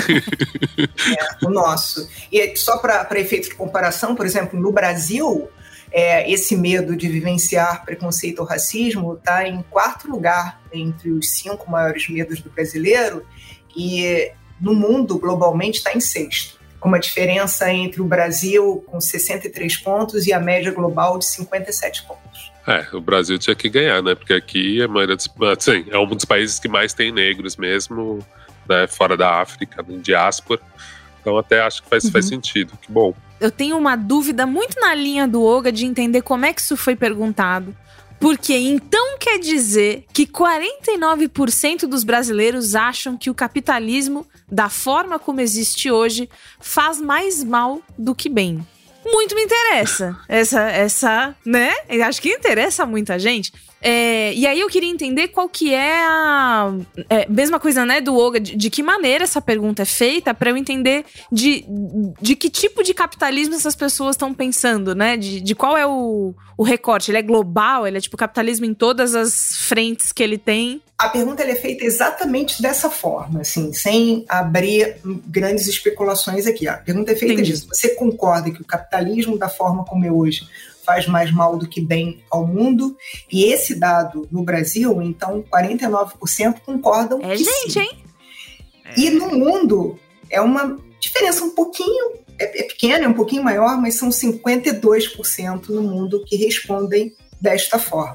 O nosso. E só para efeito de comparação, por exemplo, no Brasil... esse medo de vivenciar preconceito ou racismo está em 4º lugar entre os 5 maiores medos do brasileiro e no mundo, globalmente, está em 6º, com uma diferença entre o Brasil com 63 pontos e a média global de 57 pontos. O Brasil tinha que ganhar, né? Porque aqui é um dos países que mais tem negros mesmo, né? Fora da África, em diáspora. Então até acho que faz sentido, que bom. Eu tenho uma dúvida muito na linha do Olga de entender como é que isso foi perguntado. Porque então quer dizer que 49% dos brasileiros acham que o capitalismo, da forma como existe hoje, faz mais mal do que bem. Muito me interessa essa, né? Eu acho que interessa muita gente. E aí eu queria entender qual que é a... mesma coisa, né, do Olga, de que maneira essa pergunta é feita, para eu entender de que tipo de capitalismo essas pessoas estão pensando, né? De qual é o recorte. Ele é global? Ele é tipo capitalismo em todas as frentes que ele tem? A pergunta é feita exatamente dessa forma, assim, sem abrir grandes especulações aqui. A pergunta é feita disso. Você concorda que o capitalismo, da forma como é hoje, faz mais mal do que bem ao mundo? E esse dado no Brasil, então, 49% concordam que gente, sim. Hein? E no mundo, é uma diferença um pouquinho, é pequena, é um pouquinho maior, mas são 52% no mundo que respondem desta forma.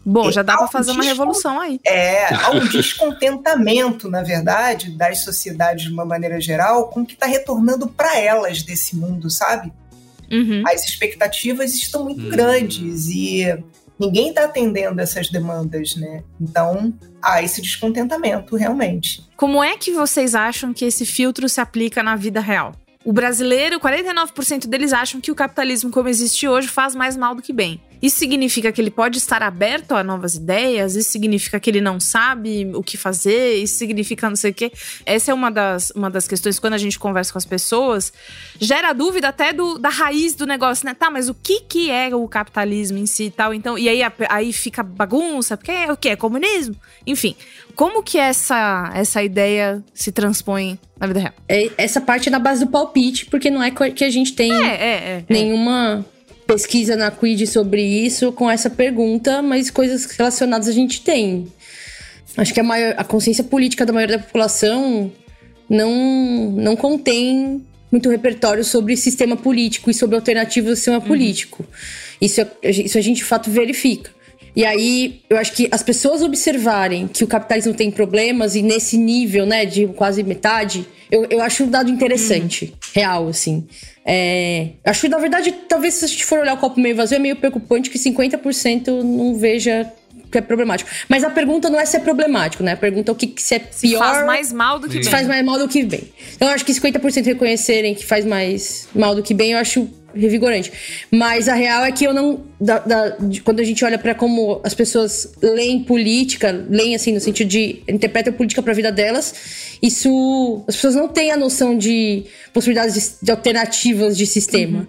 Bom, já dá para fazer uma revolução aí. Há um descontentamento, na verdade, das sociedades de uma maneira geral, com o que está retornando para elas desse mundo, sabe? Uhum. As expectativas estão muito grandes e ninguém está atendendo essas demandas, né? Então, há esse descontentamento, realmente. Como é que vocês acham que esse filtro se aplica na vida real? O brasileiro, 49% deles acham que o capitalismo como existe hoje faz mais mal do que bem. Isso significa que ele pode estar aberto a novas ideias? Isso significa que ele não sabe o que fazer? Isso significa não sei o quê? Essa é uma das questões, quando a gente conversa com as pessoas, gera dúvida até da raiz do negócio, né? Tá, mas o que é o capitalismo em si e tal? Então, e aí fica bagunça, porque é o quê? É comunismo? Enfim, como que essa ideia se transpõe na vida real? Essa parte é na base do palpite, porque não é que a gente tem nenhuma pesquisa na Quid sobre isso com essa pergunta, mas coisas relacionadas a gente tem. Acho que a consciência política da maioria da população não contém muito repertório sobre sistema político e sobre alternativas do sistema político. Isso a gente, de fato, verifica. E aí, eu acho que as pessoas observarem que o capitalismo tem problemas, e nesse nível, né, de quase metade, eu acho um dado interessante, real, assim. Acho que, na verdade, talvez se a gente for olhar o copo meio vazio, é meio preocupante que 50% não veja que é problemático. Mas a pergunta não é se é problemático, né? A pergunta é o que se é pior... Se faz mais mal do que bem. Se faz mais mal do que bem. Então, eu acho que 50% reconhecerem que faz mais mal do que bem, eu acho revigorante. Mas a real é que eu não... quando a gente olha pra como as pessoas leem política, leem assim no sentido de interpretam política pra vida delas, isso... As pessoas não têm a noção de possibilidades de alternativas de sistema.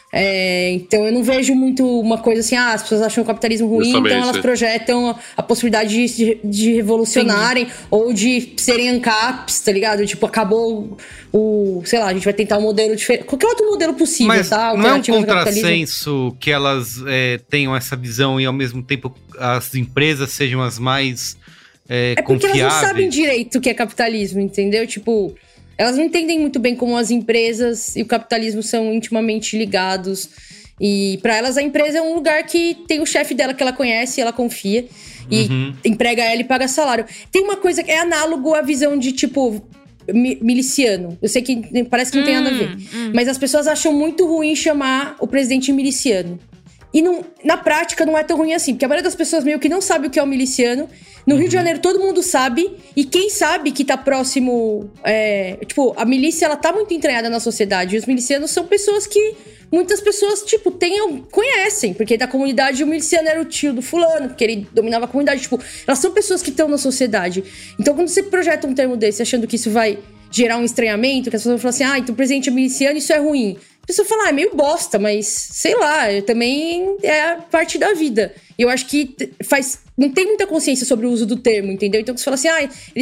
Então eu não vejo muito uma coisa assim, as pessoas acham o capitalismo ruim, justamente, então elas projetam a possibilidade de revolucionarem ou de serem ANCAPs, tá ligado? Tipo, acabou sei lá, a gente vai tentar um modelo diferente, qualquer outro modelo possível, mas tá? Não é um contrassenso que elas tenham essa visão e ao mesmo tempo as empresas sejam as mais porque confiáveis? Elas não sabem direito o que é capitalismo, entendeu? Tipo... Elas não entendem muito bem como as empresas e o capitalismo são intimamente ligados. E para elas a empresa é um lugar que tem o chefe dela que ela conhece, ela confia. E emprega ela e paga salário. Tem uma coisa que é análogo à visão de tipo miliciano. Eu sei que parece que não tem nada a ver. Mas as pessoas acham muito ruim chamar o presidente de miliciano. E na prática não é tão ruim assim, porque a maioria das pessoas meio que não sabe o que é um miliciano. No Rio de Janeiro todo mundo sabe, e quem sabe que tá próximo... tipo, a milícia, ela tá muito entranhada na sociedade, e os milicianos são pessoas que muitas pessoas, tipo, conhecem, porque da comunidade o miliciano era o tio do fulano, porque ele dominava a comunidade, tipo, elas são pessoas que estão na sociedade. Então quando você projeta um termo desse, achando que isso vai gerar um estranhamento, que as pessoas vão falar assim, então o presidente é miliciano, isso é ruim. A pessoa fala, é meio bosta, mas sei lá, também é parte da vida. E eu acho que não tem muita consciência sobre o uso do termo, entendeu? Então você fala assim,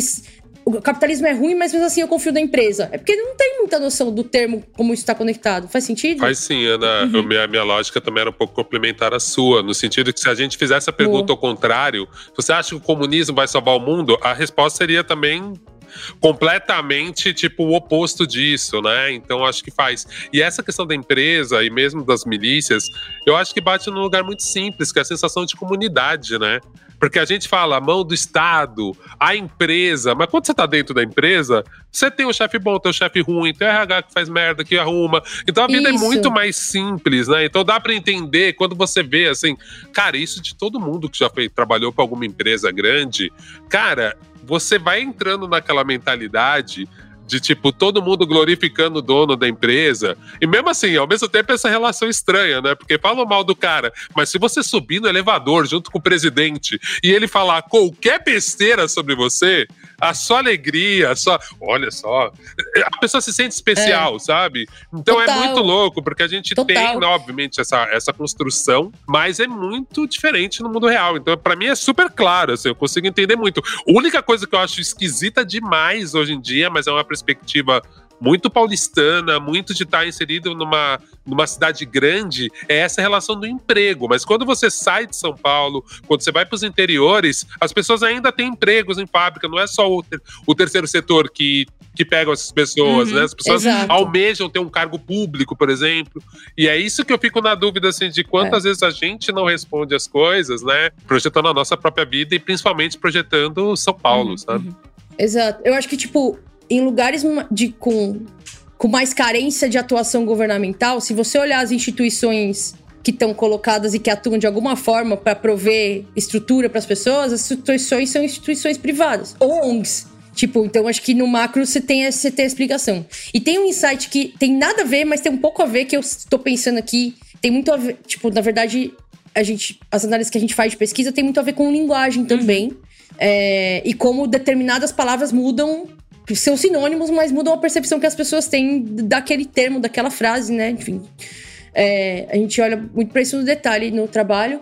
o capitalismo é ruim, mas mesmo assim eu confio na empresa. É porque não tem muita noção do termo, como isso está conectado. Faz sentido? Faz sim, Ana. A minha lógica também era um pouco complementar à sua, no sentido que se a gente fizesse a pergunta ao contrário, você acha que o comunismo vai salvar o mundo? A resposta seria também... completamente, tipo, o oposto disso, né? Então, acho que faz. E essa questão da empresa e mesmo das milícias, eu acho que bate num lugar muito simples, que é a sensação de comunidade, né? Porque a gente fala a mão do Estado, a empresa, mas quando você tá dentro da empresa, você tem o chefe bom, tem o chefe ruim, tem o RH que faz merda, que arruma. Então a vida é muito mais simples, né? Então dá pra entender quando você vê, assim, cara, isso de todo mundo que já trabalhou pra alguma empresa grande, cara, você vai entrando naquela mentalidade de, tipo, todo mundo glorificando o dono da empresa. E mesmo assim, ao mesmo tempo, essa relação estranha, né? Porque falam mal do cara, mas se você subir no elevador junto com o presidente e ele falar qualquer besteira sobre você, a sua alegria, olha só, a pessoa se sente especial, sabe? Então é muito louco, porque a gente tem, obviamente, essa construção, mas é muito diferente no mundo real. Então, pra mim, é super claro, assim, eu consigo entender muito. A única coisa que eu acho esquisita demais hoje em dia, mas é uma perspectiva muito paulistana, muito de estar inserido numa cidade grande, é essa relação do emprego. Mas quando você sai de São Paulo, quando você vai para os interiores, as pessoas ainda têm empregos em fábrica, não é só o terceiro setor que pegam essas pessoas, né? As pessoas almejam ter um cargo público, por exemplo. E é isso que eu fico na dúvida, assim, de quantas vezes a gente não responde as coisas, né? Projetando a nossa própria vida e principalmente projetando São Paulo, sabe? Exato. Eu acho que, tipo, em lugares com mais carência de atuação governamental, se você olhar as instituições que estão colocadas e que atuam de alguma forma para prover estrutura para as pessoas, as instituições são instituições privadas, ou ONGs. Tipo, então acho que no macro você tem a explicação. E tem um insight que tem nada a ver, mas tem um pouco a ver, que eu estou pensando aqui. Tem muito a ver, tipo, na verdade, as análises que a gente faz de pesquisa tem muito a ver com linguagem também. E como determinadas palavras mudam, são sinônimos, mas mudam a percepção que as pessoas têm daquele termo, daquela frase, né? Enfim, a gente olha muito para isso no detalhe no trabalho.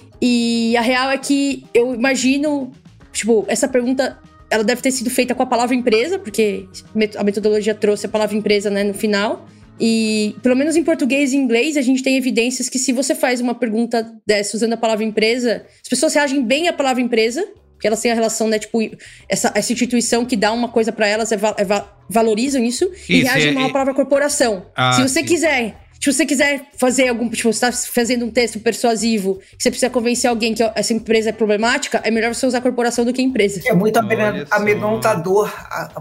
E a real é que eu imagino, tipo, essa pergunta, ela deve ter sido feita com a palavra empresa, porque a metodologia trouxe a palavra empresa, né, no final. E, pelo menos em português e inglês, a gente tem evidências que se você faz uma pergunta dessa usando a palavra empresa, as pessoas reagem bem à palavra empresa, porque elas têm a relação, né, tipo, essa instituição que dá uma coisa pra elas, valorizam isso e reagem mal à palavra corporação. Se você quiser fazer tipo, você tá fazendo um texto persuasivo, que você precisa convencer alguém que essa empresa é problemática, é melhor você usar corporação do que empresa. É muito amedrontador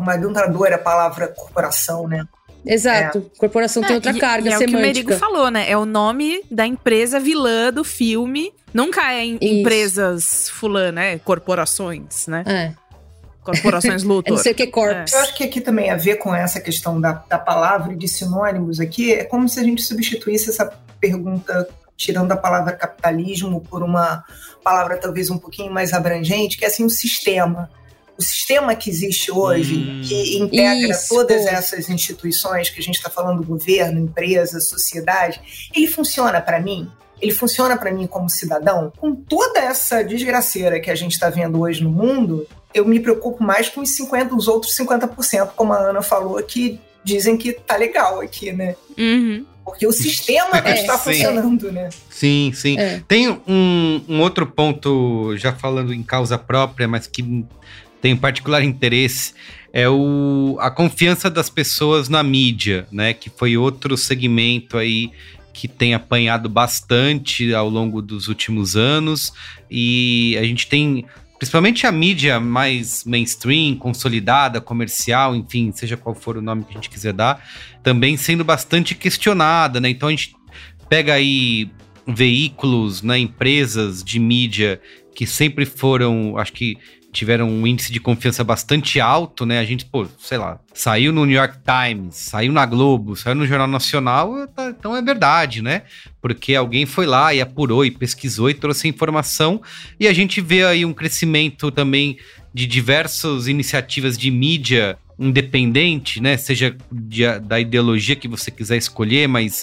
a palavra corporação, né? Exato. Corporação tem outra carga semântica. É o que o Merigo falou, né? É o nome da empresa vilã do filme. Nunca é empresas fulana, é corporações, né? Corporações lutam. Não sei o que é corpos. Eu acho que aqui também a ver com essa questão da palavra e de sinônimos aqui, é como se a gente substituísse essa pergunta, tirando a palavra capitalismo, por uma palavra talvez um pouquinho mais abrangente, que é assim, o sistema. O sistema que existe hoje, que integra todas essas instituições que a gente está falando, governo, empresa, sociedade, ele funciona para mim? Ele funciona para mim como cidadão? Com toda essa desgraceira que a gente está vendo hoje no mundo, eu me preocupo mais com os outros 50%, como a Ana falou, que dizem que tá legal aqui, né? Porque o sistema não está funcionando, né? Sim. Tem um outro ponto, já falando em causa própria, mas que tem um particular interesse, é a confiança das pessoas na mídia, né? Que foi outro segmento aí que tem apanhado bastante ao longo dos últimos anos. E a gente tem, principalmente a mídia mais mainstream, consolidada, comercial, enfim, seja qual for o nome que a gente quiser dar, também sendo bastante questionada, né? Então a gente pega aí veículos, né, empresas de mídia que sempre foram, acho que tiveram um índice de confiança bastante alto, né? A gente, saiu no New York Times, saiu na Globo, saiu no Jornal Nacional, então é verdade, né? Porque alguém foi lá e apurou e pesquisou e trouxe informação, e a gente vê aí um crescimento também de diversas iniciativas de mídia independente, né? Seja da ideologia que você quiser escolher, mas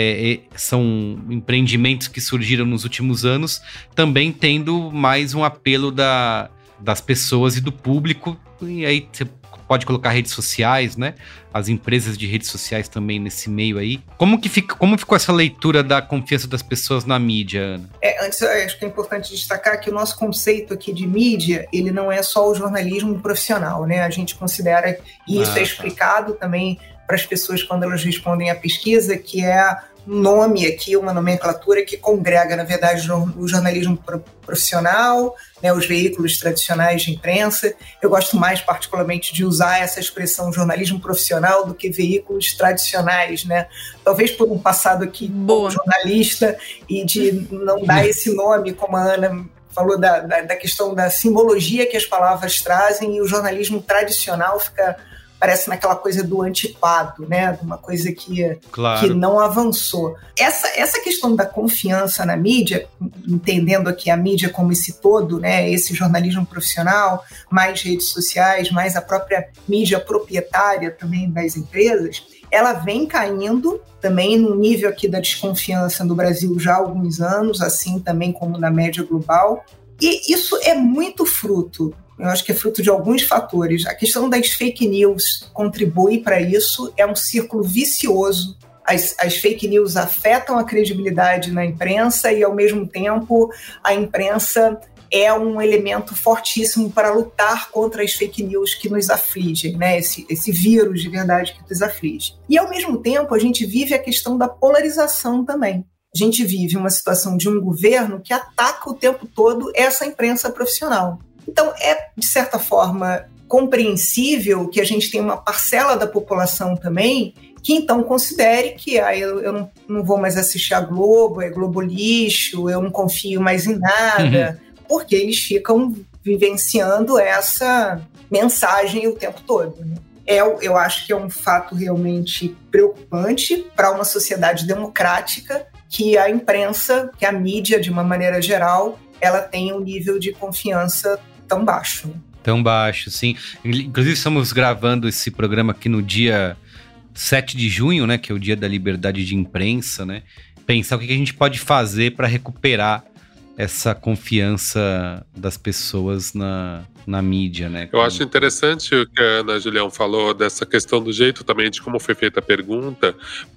são empreendimentos que surgiram nos últimos anos, também tendo mais um apelo das pessoas e do público, e aí você pode colocar redes sociais, né? As empresas de redes sociais também nesse meio aí. Como ficou essa leitura da confiança das pessoas na mídia, Ana? Antes, eu acho que é importante destacar que o nosso conceito aqui de mídia, ele não é só o jornalismo profissional, né? A gente considera, e isso é explicado também para as pessoas quando elas respondem à pesquisa, que é nome aqui, uma nomenclatura que congrega, na verdade, o jornalismo profissional, né, os veículos tradicionais de imprensa. Eu gosto mais, particularmente, de usar essa expressão jornalismo profissional do que veículos tradicionais, né? Talvez por um passado aqui como jornalista e de não dar esse nome, como a Ana falou, da questão da simbologia que as palavras trazem, e o jornalismo tradicional parece naquela coisa do antiquado, né? Uma coisa que não avançou. Essa questão da confiança na mídia, entendendo aqui a mídia como esse todo, né? Esse jornalismo profissional, mais redes sociais, mais a própria mídia proprietária também das empresas, ela vem caindo também no nível aqui da desconfiança no Brasil já há alguns anos, assim também como na média global. E isso é muito fruto Eu acho que é fruto de alguns fatores. A questão das fake news contribui para isso, é um círculo vicioso. As fake news afetam a credibilidade na imprensa e, ao mesmo tempo, a imprensa é um elemento fortíssimo para lutar contra as fake news que nos afligem, né? Esse vírus de verdade que nos aflige. E, ao mesmo tempo, a gente vive a questão da polarização também. A gente vive uma situação de um governo que ataca o tempo todo essa imprensa profissional. Então, é, de certa forma, compreensível que a gente tenha uma parcela da população também que, então, considere que eu não vou mais assistir a Globo, é Globo lixo, eu não confio mais em nada, porque eles ficam vivenciando essa mensagem o tempo todo, né? Eu acho que é um fato realmente preocupante para uma sociedade democrática que a imprensa, que a mídia, de uma maneira geral, ela tem um nível de confiança tão baixo. Né? Tão baixo, sim. Inclusive, estamos gravando esse programa aqui no dia 7 de junho, né, que é o dia da liberdade de imprensa, né? Pensar o que a gente pode fazer para recuperar essa confiança das pessoas na mídia, né? Eu acho interessante o que a Ana Julião falou dessa questão do jeito também de como foi feita a pergunta,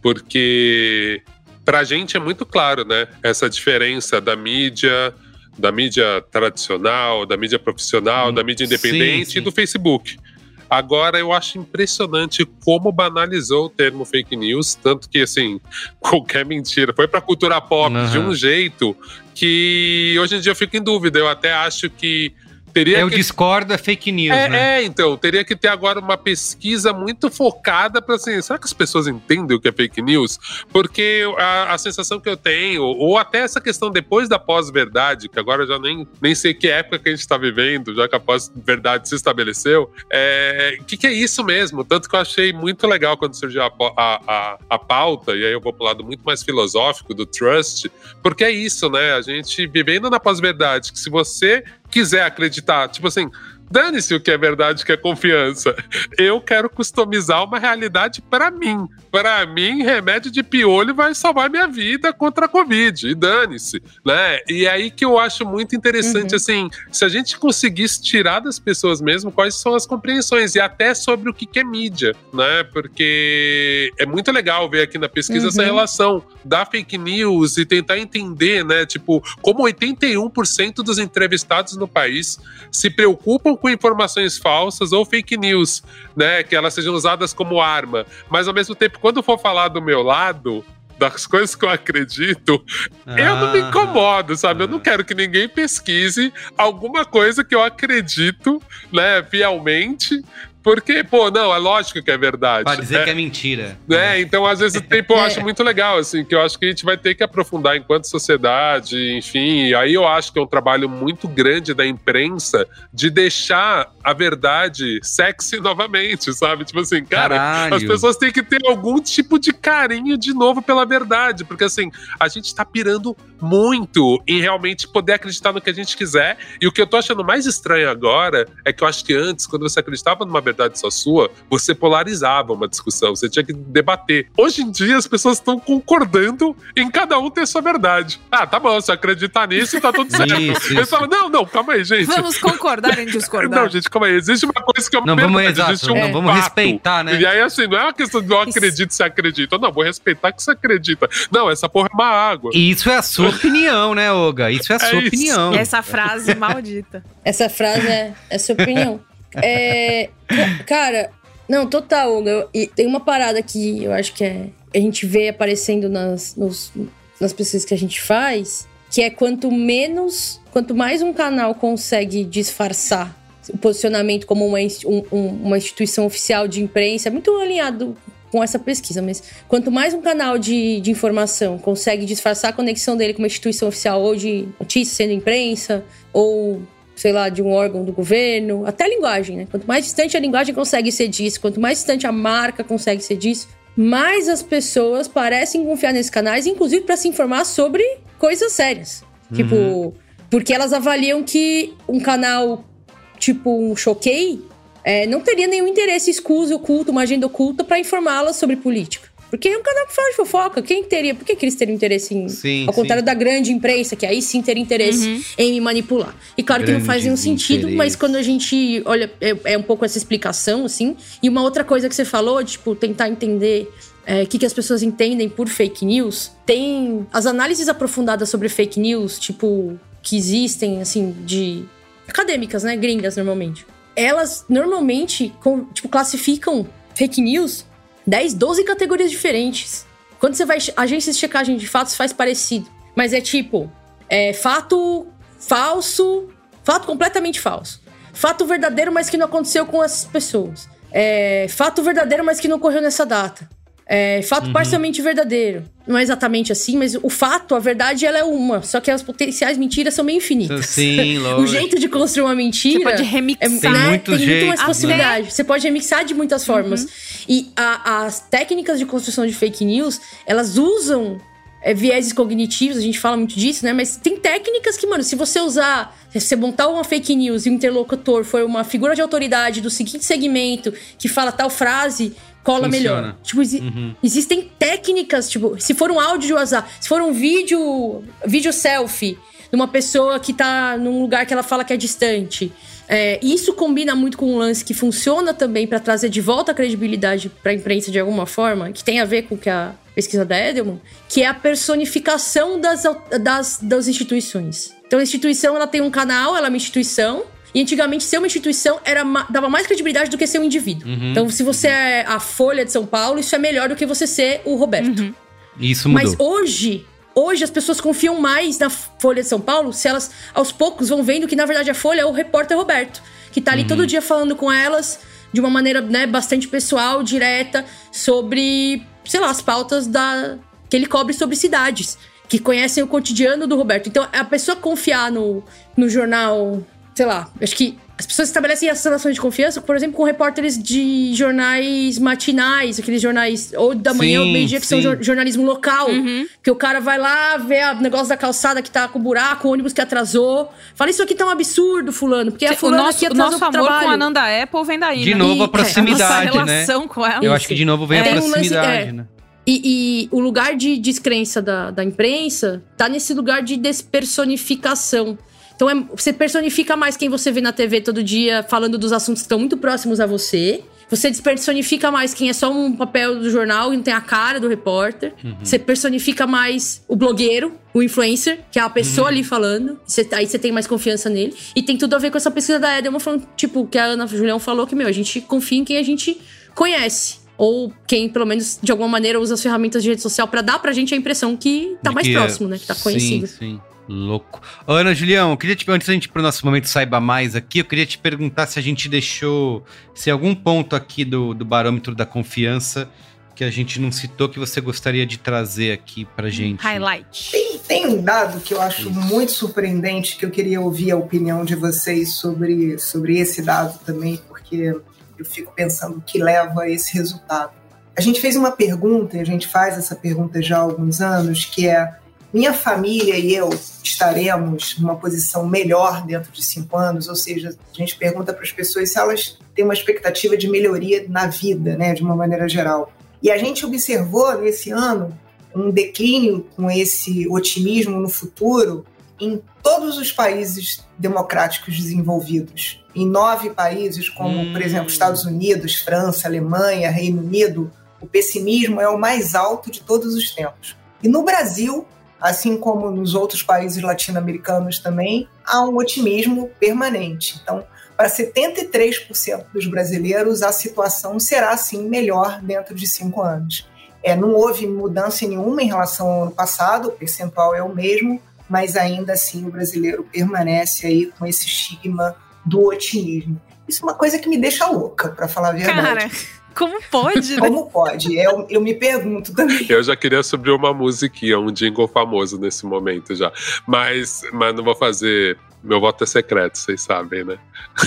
porque pra gente é muito claro, né? Essa diferença da mídia tradicional, da mídia profissional, da mídia independente, sim. E do Facebook. Agora, eu acho impressionante como banalizou o termo fake news, tanto que, assim, qualquer mentira foi pra cultura pop de um jeito que hoje em dia eu fico em dúvida. Eu até acho que teria Eu discordo, é fake news, né? Então, teria que ter agora uma pesquisa muito focada para assim, será que as pessoas entendem o que é fake news? Porque a sensação que eu tenho, ou até essa questão depois da pós-verdade, que agora eu já nem sei que época que a gente está vivendo, já que a pós-verdade se estabeleceu, que é isso mesmo? Tanto que eu achei muito legal quando surgiu a pauta, e aí eu vou pro lado muito mais filosófico do trust, porque é isso, né? A gente vivendo na pós-verdade, que se você quiser acreditar, tipo assim, dane-se o que é verdade, o que é confiança. Eu quero customizar uma realidade para mim. Para mim, remédio de piolho vai salvar minha vida contra a Covid. E dane-se, né? E aí que eu acho muito interessante, assim, se a gente conseguisse tirar das pessoas mesmo quais são as compreensões, e até sobre o que é mídia, né? Porque é muito legal ver aqui na pesquisa essa relação da fake news e tentar entender, né? Tipo, como 81% dos entrevistados no país se preocupam com informações falsas ou fake news, né, que elas sejam usadas como arma, mas ao mesmo tempo, quando for falar do meu lado, das coisas que eu acredito, eu não me incomodo, sabe? Eu não quero que ninguém pesquise alguma coisa que eu acredito, né, fielmente, porque, não, é lógico que é verdade. Pode dizer que é mentira. Então, às vezes, o tempo eu acho muito legal, assim, que eu acho que a gente vai ter que aprofundar enquanto sociedade, enfim, e aí eu acho que é um trabalho muito grande da imprensa de deixar a verdade sexy novamente, sabe? Tipo assim, cara, Caralho. As pessoas têm que ter algum tipo de carinho de novo pela verdade, porque assim, a gente tá pirando muito em realmente poder acreditar no que a gente quiser, e o que eu tô achando mais estranho agora é que eu acho que antes, quando você acreditava numa verdade só sua, você polarizava uma discussão, você tinha que debater. Hoje em dia, as pessoas estão concordando em cada um ter sua verdade. Ah, tá bom, se acreditar nisso, tá tudo certo. Eles falam, não, calma aí, gente. Vamos concordar em discordar. Não, gente, calma aí. Existe uma coisa que é uma verdade, existe um vamos respeitar, né? E aí, assim, não é uma questão de eu acredito se acredita. Não, vou respeitar que você acredita. Não, essa porra é uma água. E isso é a sua opinião, né, Olga? Isso é a sua opinião. Essa frase maldita. Essa frase é sua opinião. Cara, não, total, Olga. E tem uma parada que eu acho que a gente vê aparecendo nas pesquisas que a gente faz, que é quanto mais um canal consegue disfarçar o posicionamento como uma instituição oficial de imprensa, é muito alinhado com essa pesquisa, mas quanto mais um canal de informação consegue disfarçar a conexão dele com uma instituição oficial, ou de notícia sendo imprensa, ou sei lá, de um órgão do governo, até a linguagem, né? Quanto mais distante a linguagem consegue ser disso, quanto mais distante a marca consegue ser disso, mais as pessoas parecem confiar nesses canais, inclusive para se informar sobre coisas sérias. Tipo, porque elas avaliam que um canal tipo um Choquei não teria nenhum interesse escuso, oculto, uma agenda oculta para informá-las sobre política. Porque é um canal que fala de fofoca. Por que eles teriam interesse em... Sim, ao contrário da grande imprensa, que aí sim teria interesse em me manipular. E claro que não faz nenhum sentido, mas quando a gente olha, é um pouco essa explicação, assim. E uma outra coisa que você falou, tipo, tentar entender o que as pessoas entendem por fake news. Tem as análises aprofundadas sobre fake news, tipo, que existem, assim, de... acadêmicas, né? Gringas, normalmente. Elas, normalmente, classificam fake news 10, 12 categorias diferentes. Quando você vai... agências de checagem de fatos faz parecido. Mas é tipo... fato falso... fato completamente falso. Fato verdadeiro, mas que não aconteceu com as pessoas. Fato verdadeiro, mas que não ocorreu nessa data. Fato parcialmente verdadeiro. Não é exatamente assim, mas o fato, a verdade, ela é uma. Só que as potenciais mentiras são meio infinitas. Sim, lógico. O jeito de construir uma mentira... Você pode remixar. Tem muito mais possibilidade. Você pode remixar de muitas formas. E as técnicas de construção de fake news, elas usam vieses cognitivos, a gente fala muito disso, né? Mas tem técnicas que, mano, se você usar... Se você montar uma fake news e o interlocutor for uma figura de autoridade do seguinte segmento que fala tal frase... cola melhor. Tipo, existem técnicas, tipo, se for um áudio de WhatsApp, se for um vídeo selfie de uma pessoa que tá num lugar que ela fala que é distante. Isso combina muito com um lance que funciona também para trazer de volta a credibilidade pra imprensa de alguma forma, que tem a ver com a pesquisa da Edelman, que é a personificação das instituições. Então, a instituição, ela tem um canal, ela é uma instituição. E antigamente, ser uma instituição dava mais credibilidade do que ser um indivíduo. Então, se você é a Folha de São Paulo, isso é melhor do que você ser o Roberto. Isso mudou. Mas hoje as pessoas confiam mais na Folha de São Paulo se elas, aos poucos, vão vendo que, na verdade, a Folha é o repórter Roberto. Que tá ali todo dia falando com elas de uma maneira, né, bastante pessoal, direta, sobre, sei lá, as pautas que ele cobre sobre cidades. Que conhecem o cotidiano do Roberto. Então, a pessoa confiar no jornal... sei lá, acho que as pessoas estabelecem essas relações de confiança, por exemplo, com repórteres de jornais matinais, aqueles jornais ou da manhã ou meio-dia, que são jornalismo local. Que o cara vai lá, vê o negócio da calçada que tá com buraco, o ônibus que atrasou. Fala, isso aqui tá um absurdo, fulano, porque a fulana aqui atrasou pro trabalho. O nosso amor com a Nanda Apple vem daí, de novo, a proximidade, a nossa relação com ela. Eu acho que de novo vem a proximidade, né? E o lugar de descrença da imprensa tá nesse lugar de despersonificação. Então, você personifica mais quem você vê na TV todo dia falando dos assuntos que estão muito próximos a você. Você despersonifica mais quem é só um papel do jornal e não tem a cara do repórter. Você personifica mais o blogueiro, o influencer, que é a pessoa ali falando. Aí você tem mais confiança nele. E tem tudo a ver com essa pesquisa da Edelman, falando, tipo, que a Ana Julião falou que, a gente confia em quem a gente conhece. Ou quem, pelo menos, de alguma maneira, usa as ferramentas de rede social pra dar pra gente a impressão que tá mais próximo, né? Que tá conhecido. Sim. Louco. Ana Julião, antes da gente ir pro nosso momento Saiba Mais aqui, eu queria te perguntar se a gente deixou, se algum ponto aqui do barômetro da confiança que a gente não citou que você gostaria de trazer aqui pra gente. Highlight. Tem um dado que eu acho muito surpreendente, que eu queria ouvir a opinião de vocês sobre esse dado também, porque eu fico pensando o que leva a esse resultado. A gente fez uma pergunta, e a gente faz essa pergunta já há alguns anos, que é: minha família e eu estaremos numa posição melhor dentro de 5 anos? Ou seja, a gente pergunta para as pessoas se elas têm uma expectativa de melhoria na vida, né, de uma maneira geral. E a gente observou nesse ano um declínio com esse otimismo no futuro em todos os países democráticos desenvolvidos. Em 9 países, como, por exemplo, Estados Unidos, França, Alemanha, Reino Unido, o pessimismo é o mais alto de todos os tempos. E no Brasil, assim como nos outros países latino-americanos também, há um otimismo permanente. Então, para 73% dos brasileiros, a situação será, sim, melhor dentro de 5 anos. Não houve mudança nenhuma em relação ao ano passado, o percentual é o mesmo, mas ainda assim o brasileiro permanece aí com esse estigma do otimismo. Isso é uma coisa que me deixa louca, para falar a verdade. Cara, como pode? Como pode? Eu me pergunto também. Eu já queria subir uma musiquinha, um jingle famoso nesse momento já. Mas não vou fazer... Meu voto é secreto, vocês sabem, né?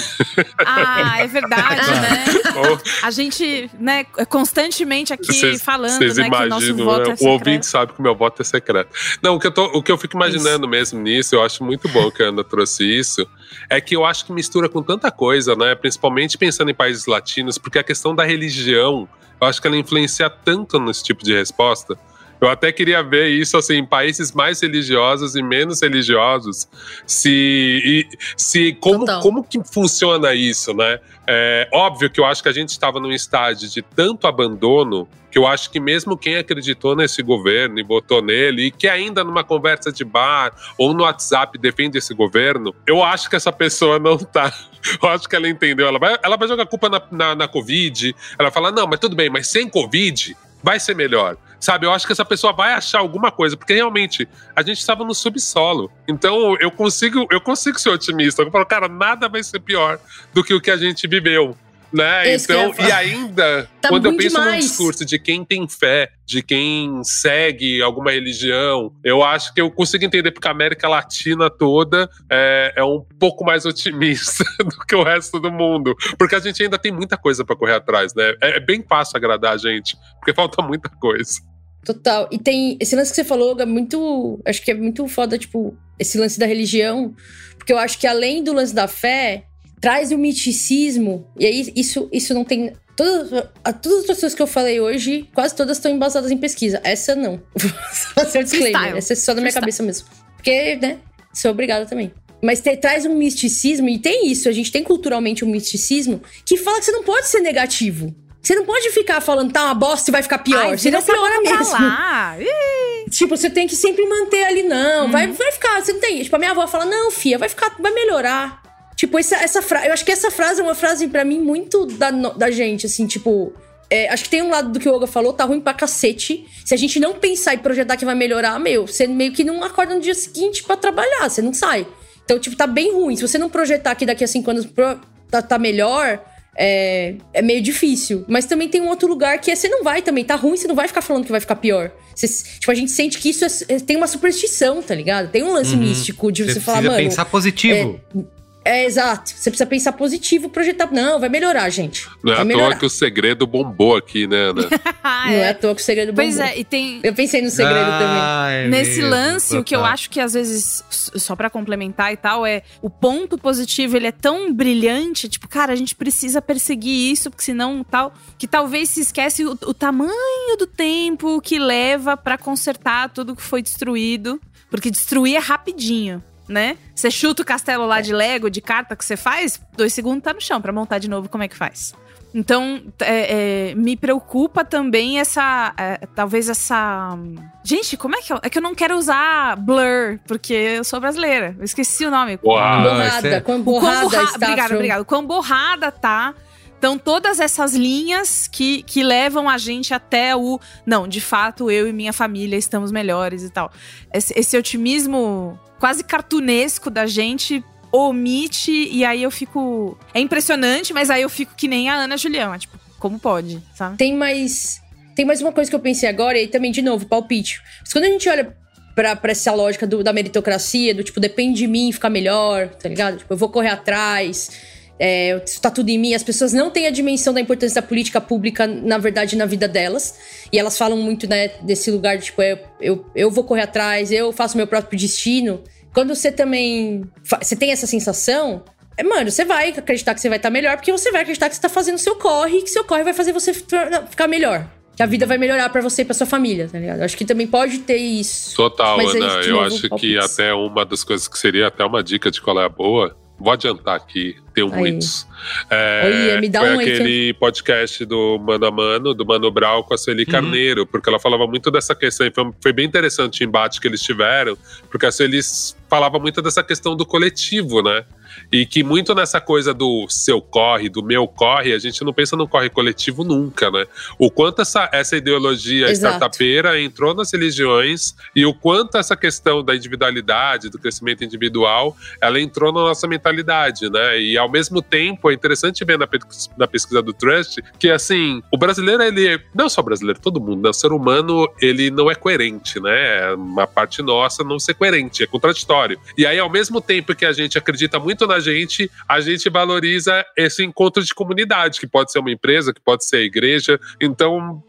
Ah, é verdade, né? A gente, né, constantemente aqui falando, né, que o nosso voto é secreto. O ouvinte sabe que o meu voto é secreto. Não, o que eu fico imaginando mesmo nisso, eu acho muito bom que a Ana trouxe isso, é que eu acho que mistura com tanta coisa, né? Principalmente pensando em países latinos, porque a questão da religião religião, eu acho que ela influencia tanto nesse tipo de resposta. Eu até queria ver isso assim, em países mais religiosos e menos religiosos, como que funciona isso, né? É óbvio que eu acho que a gente estava num estágio de tanto abandono que eu acho que mesmo quem acreditou nesse governo e votou nele, e que ainda numa conversa de bar ou no WhatsApp defende esse governo, eu acho que essa pessoa não tá. Eu acho que ela entendeu. Ela vai jogar culpa na Covid, ela fala, não, mas tudo bem, mas sem Covid vai ser melhor. Sabe, eu acho que essa pessoa vai achar alguma coisa, porque realmente a gente estava no subsolo. Então eu consigo ser otimista. Eu falo, cara, nada vai ser pior do que o que a gente viveu. Né? Então, e ainda, tá quando eu penso no discurso de quem tem fé, de quem segue alguma religião, eu acho que eu consigo entender porque a América Latina toda é um pouco mais otimista do que o resto do mundo. Porque a gente ainda tem muita coisa pra correr atrás, né? É bem fácil agradar a gente, porque falta muita coisa. Total. E tem esse lance que você falou, acho que é muito foda, tipo, esse lance da religião, porque eu acho que além do lance da fé, traz o miticismo, e aí isso não tem... Todas as outras coisas que eu falei hoje, quase todas estão embasadas em pesquisa. Essa não. Vou fazer um disclaimer. Essa é só da minha cabeça mesmo. Porque, né, sou obrigada também. Mas traz um misticismo, e tem isso, a gente tem culturalmente um misticismo que fala que você não pode ser negativo. Você não pode ficar falando, tá uma bosta e vai ficar pior. Você não piora mesmo. Tipo, você tem que sempre manter ali, não. Vai ficar, você não tem... Tipo, a minha avó fala, não, filha, vai melhorar. Tipo, essa frase... Eu acho que essa frase é uma frase, pra mim, muito da gente, assim, tipo... acho que tem um lado do que o Olga falou, tá ruim pra cacete. Se a gente não pensar e projetar que vai melhorar, você meio que não acorda no dia seguinte pra trabalhar, você não sai. Então, tipo, tá bem ruim. Se você não projetar que daqui a 5 anos tá melhor... É meio difícil. Mas também tem um outro lugar que você não vai também. Tá ruim, você não vai ficar falando que vai ficar pior. Tipo, a gente sente que isso tem uma superstição, tá ligado? Tem um lance místico de você falar, mano... Você precisa pensar positivo. Exato. Você precisa pensar positivo, projetar... Não, vai melhorar, gente. Não é à toa que o segredo bombou aqui, né, Ana? Não é à toa que o segredo bombou. Pois é, e tem... Eu pensei no segredo também. Nesse lance, total. O que eu acho que às vezes, só pra complementar e tal, o ponto positivo, ele é tão brilhante, tipo, cara, a gente precisa perseguir isso, porque senão tal... Que talvez se esquece o tamanho do tempo que leva pra consertar tudo que foi destruído. Porque destruir é rapidinho. Né? Você chuta o castelo lá de Lego, de carta que você faz, 2 segundos tá no chão pra montar de novo, como é que faz? Então, me preocupa também talvez essa... Gente, como é que é que eu não quero usar blur, porque eu sou brasileira. Eu esqueci o nome. Borrada. Quão borrada está. Obrigado. Quão borrada tá. Então, todas essas linhas que levam a gente até não, de fato, eu e minha família estamos melhores e tal. Esse otimismo quase cartunesco da gente omite, e aí eu fico... É impressionante, mas aí eu fico que nem a Ana Julião. Tipo, como pode, sabe? Tem mais uma coisa que eu pensei agora, e aí também, de novo, palpite. Mas quando a gente olha pra essa lógica da meritocracia, do tipo, depende de mim ficar melhor, tá ligado? Tipo, eu vou correr atrás... isso tá tudo em mim. As pessoas não têm a dimensão da importância da política pública, na verdade, na vida delas. E elas falam muito, né, desse lugar de, tipo, eu vou correr atrás, eu faço meu próprio destino. Quando você também... Você tem essa sensação... Mano, você vai acreditar que você vai estar melhor, porque você vai acreditar que você tá fazendo o seu corre, que seu corre vai fazer você ficar melhor. Que a vida vai melhorar pra você e pra sua família, tá ligado? Acho que também pode ter isso. Total, Ana. Eu acho que até uma das coisas que seria até uma dica de qual é a boa... Vou adiantar aqui, tenho muitos. Me dá foi um aquele podcast do Mano a Mano, do Mano Brown com a Sueli Carneiro, porque ela falava muito dessa questão, e foi bem interessante o embate que eles tiveram, porque a Sueli falava muito dessa questão do coletivo, né? E que muito nessa coisa do seu corre, do meu corre, a gente não pensa no corre coletivo nunca, né? O quanto essa ideologia startupeira entrou nas religiões e o quanto essa questão da individualidade, do crescimento individual, ela entrou na nossa mentalidade, né? E ao mesmo tempo, é interessante ver na pesquisa do Trust que, assim, o brasileiro, ele... Não só o brasileiro, todo mundo, né? O ser humano, ele não é coerente, né? É uma parte nossa não ser coerente, é contraditório. E aí, ao mesmo tempo que a gente acredita muito na gente, a gente valoriza esse encontro de comunidade, que pode ser uma empresa, que pode ser a igreja. Então,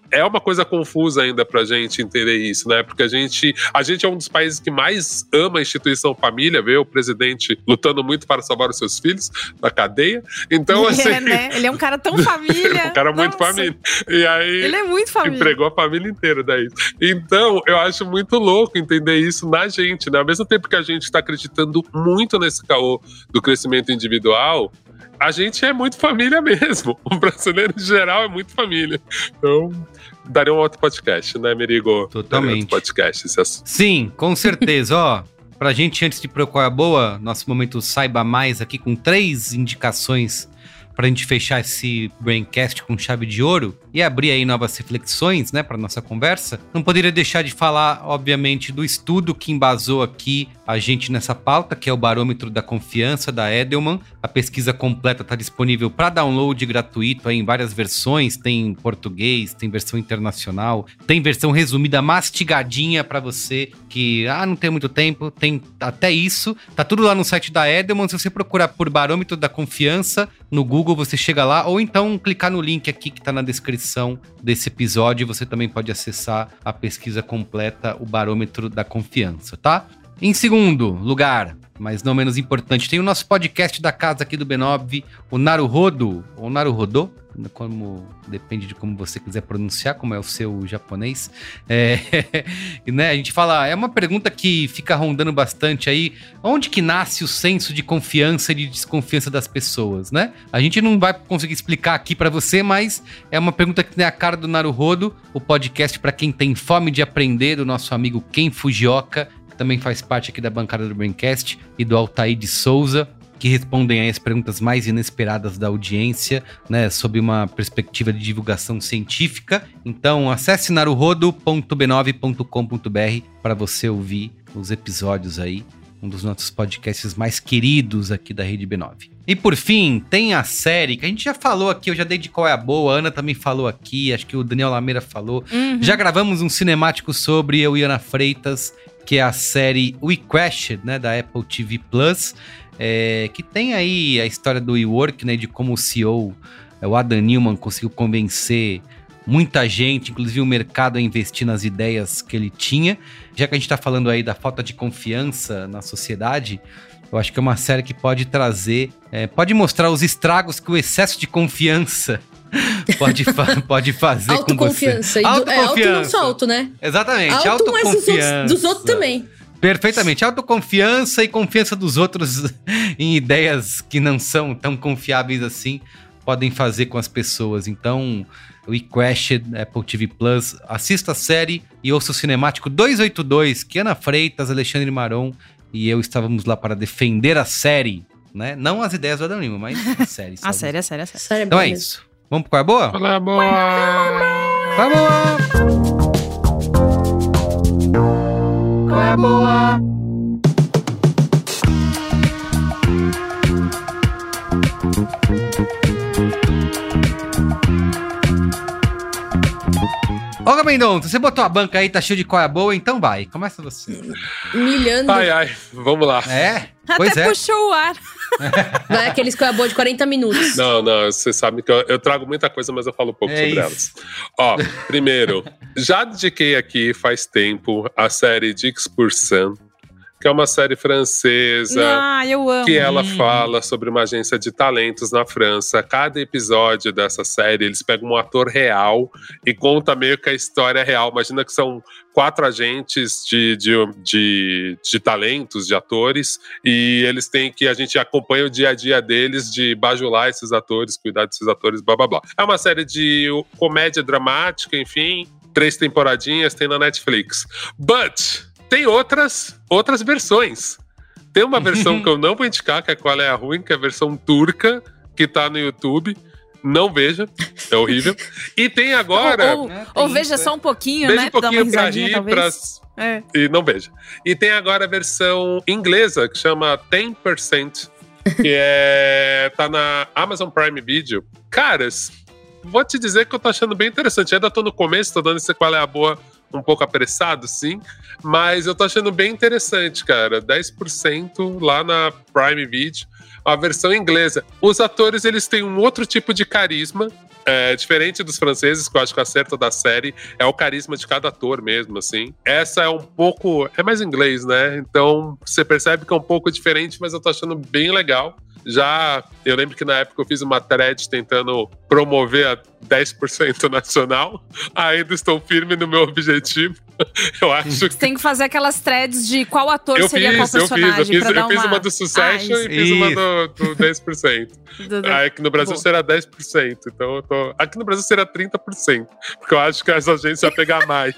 é uma coisa confusa ainda pra gente entender isso, né? Porque a gente é um dos países que mais ama a instituição família, vê o presidente lutando muito para salvar os seus filhos da cadeia. Então, assim... né? Ele é um cara tão família. Um cara muito família. E aí... Ele é muito família. Entregou a família inteira daí. Então, eu acho muito louco entender isso na gente, né? Ao mesmo tempo que a gente tá acreditando muito nesse caô do crescimento individual, a gente é muito família mesmo. O brasileiro em geral é muito família. Então, daria um outro podcast, né, Merigo? Totalmente. Daria outro podcast esse assunto. Sim, com certeza. Ó, pra gente, antes de procurar a boa, nosso momento Saiba Mais aqui com 3 indicações pra gente fechar esse Braincast com chave de ouro e abrir aí novas reflexões, né, pra nossa conversa. Não poderia deixar de falar, obviamente, do estudo que embasou aqui a gente nessa pauta, que é o Barômetro da Confiança, da Edelman. A pesquisa completa está disponível para download gratuito aí em várias versões, tem em português, tem versão internacional, tem versão resumida, mastigadinha para você que, não tem muito tempo, tem até isso. Tá tudo lá no site da Edelman. Se você procurar por Barômetro da Confiança no Google, você chega lá, ou então clicar no link aqui que tá na descrição desse episódio e você também pode acessar a pesquisa completa, o Barômetro da Confiança, tá? Em segundo lugar, mas não menos importante, tem o nosso podcast da casa aqui do B9, o Naruhodo, ou Naruhodô, como depende de como você quiser pronunciar, como é o seu japonês. Né, a gente fala, é uma pergunta que fica rondando bastante aí, onde que nasce o senso de confiança e de desconfiança das pessoas, né? A gente não vai conseguir explicar aqui pra você, mas é uma pergunta que tem a cara do Naruhodo, o podcast pra quem tem fome de aprender, do nosso amigo Ken Fujioka, que também faz parte aqui da bancada do Braincast, e do Altair de Souza, que respondem aí as perguntas mais inesperadas da audiência, né, sob uma perspectiva de divulgação científica. Então, acesse naruhodo.b9.com.br para você ouvir os episódios aí, um dos nossos podcasts mais queridos aqui da Rede B9. E por fim, tem a série que a gente já falou aqui, eu já dei de qual é a boa, a Ana também falou aqui, acho que o Daniel Lameira falou. Já gravamos um cinemático sobre, eu e Ana Freitas, que é a série We Crashed, né, da Apple TV+, que tem aí a história do WeWork, né, de como o CEO, o Adam Neumann, conseguiu convencer muita gente, inclusive o mercado, a investir nas ideias que ele tinha. Já que a gente tá falando aí da falta de confiança na sociedade, eu acho que é uma série que pode trazer, pode mostrar os estragos que o excesso de confiança pode fazer autoconfiança. Com você. Autoconfiança. Auto não só auto, né? Exatamente, autoconfiança. Mas dos outros também. Perfeitamente, autoconfiança e confiança dos outros em ideias que não são tão confiáveis assim, podem fazer com as pessoas. Então, We Crashed, Apple TV+, assista a série e ouça o Cinemático 282, que Ana Freitas, Alexandre Maron e eu estávamos lá para defender a série, né? Não as ideias do Adam Neumann, mas a série. A série. Então é isso. Vamos pro Qual é a Boa? Qual é a boa? Qual é a boa? Qual é a boa? Olga Mendonça, você botou a banca aí, tá cheio de qual é a boa, então vai, começa você. Milhando. Ai, vamos lá. Pois Até puxou o ar. Vai aqueles qual é a boa de 40 minutos. Não, você sabe que eu trago muita coisa, mas eu falo pouco sobre isso. elas. Ó, primeiro, já dediquei aqui faz tempo a série Dix pour cent, que é uma série francesa, Eu amo. que ela fala sobre uma agência de talentos na França. Cada episódio dessa série, eles pegam um ator real e conta meio que a história real. Imagina que são 4 agentes de talentos, de atores, e eles têm que, a gente acompanha o dia a dia deles, de bajular esses atores, cuidar desses atores, blá blá blá. É uma série de comédia dramática, enfim, 3 temporadinhas, tem na Netflix. But tem outras versões. Tem uma versão que eu não vou indicar, que é Qual é a Ruim, que é a versão turca, que tá no YouTube. Não veja, é horrível. E tem agora... Ou veja só um pouquinho, veja né? um pouquinho pra rir, e não veja. E tem agora a versão inglesa, que chama 10%, que tá na Amazon Prime Video. Caras, vou te dizer que eu tô achando bem interessante. Ainda tô no começo, tô dando esse Qual é a Boa um pouco apressado, sim, mas eu tô achando bem interessante, cara. 10% lá na Prime Video, a versão inglesa. Os atores, eles têm um outro tipo de carisma, diferente dos franceses, que eu acho que o acerto da série é o carisma de cada ator mesmo, assim. Essa é um pouco... é mais inglês, né? Então, você percebe que é um pouco diferente, mas eu tô achando bem legal. Já, eu lembro que na época eu fiz uma thread tentando promover a 10% nacional. Ainda estou firme no meu objetivo. Eu acho que... Você tem que fazer aquelas threads de qual ator seria qual personagem. Eu fiz uma do Succession e fiz uma do 10%. Aqui no Brasil será 10%. Então aqui no Brasil será 30%. Porque eu acho que essa agência vai pegar mais.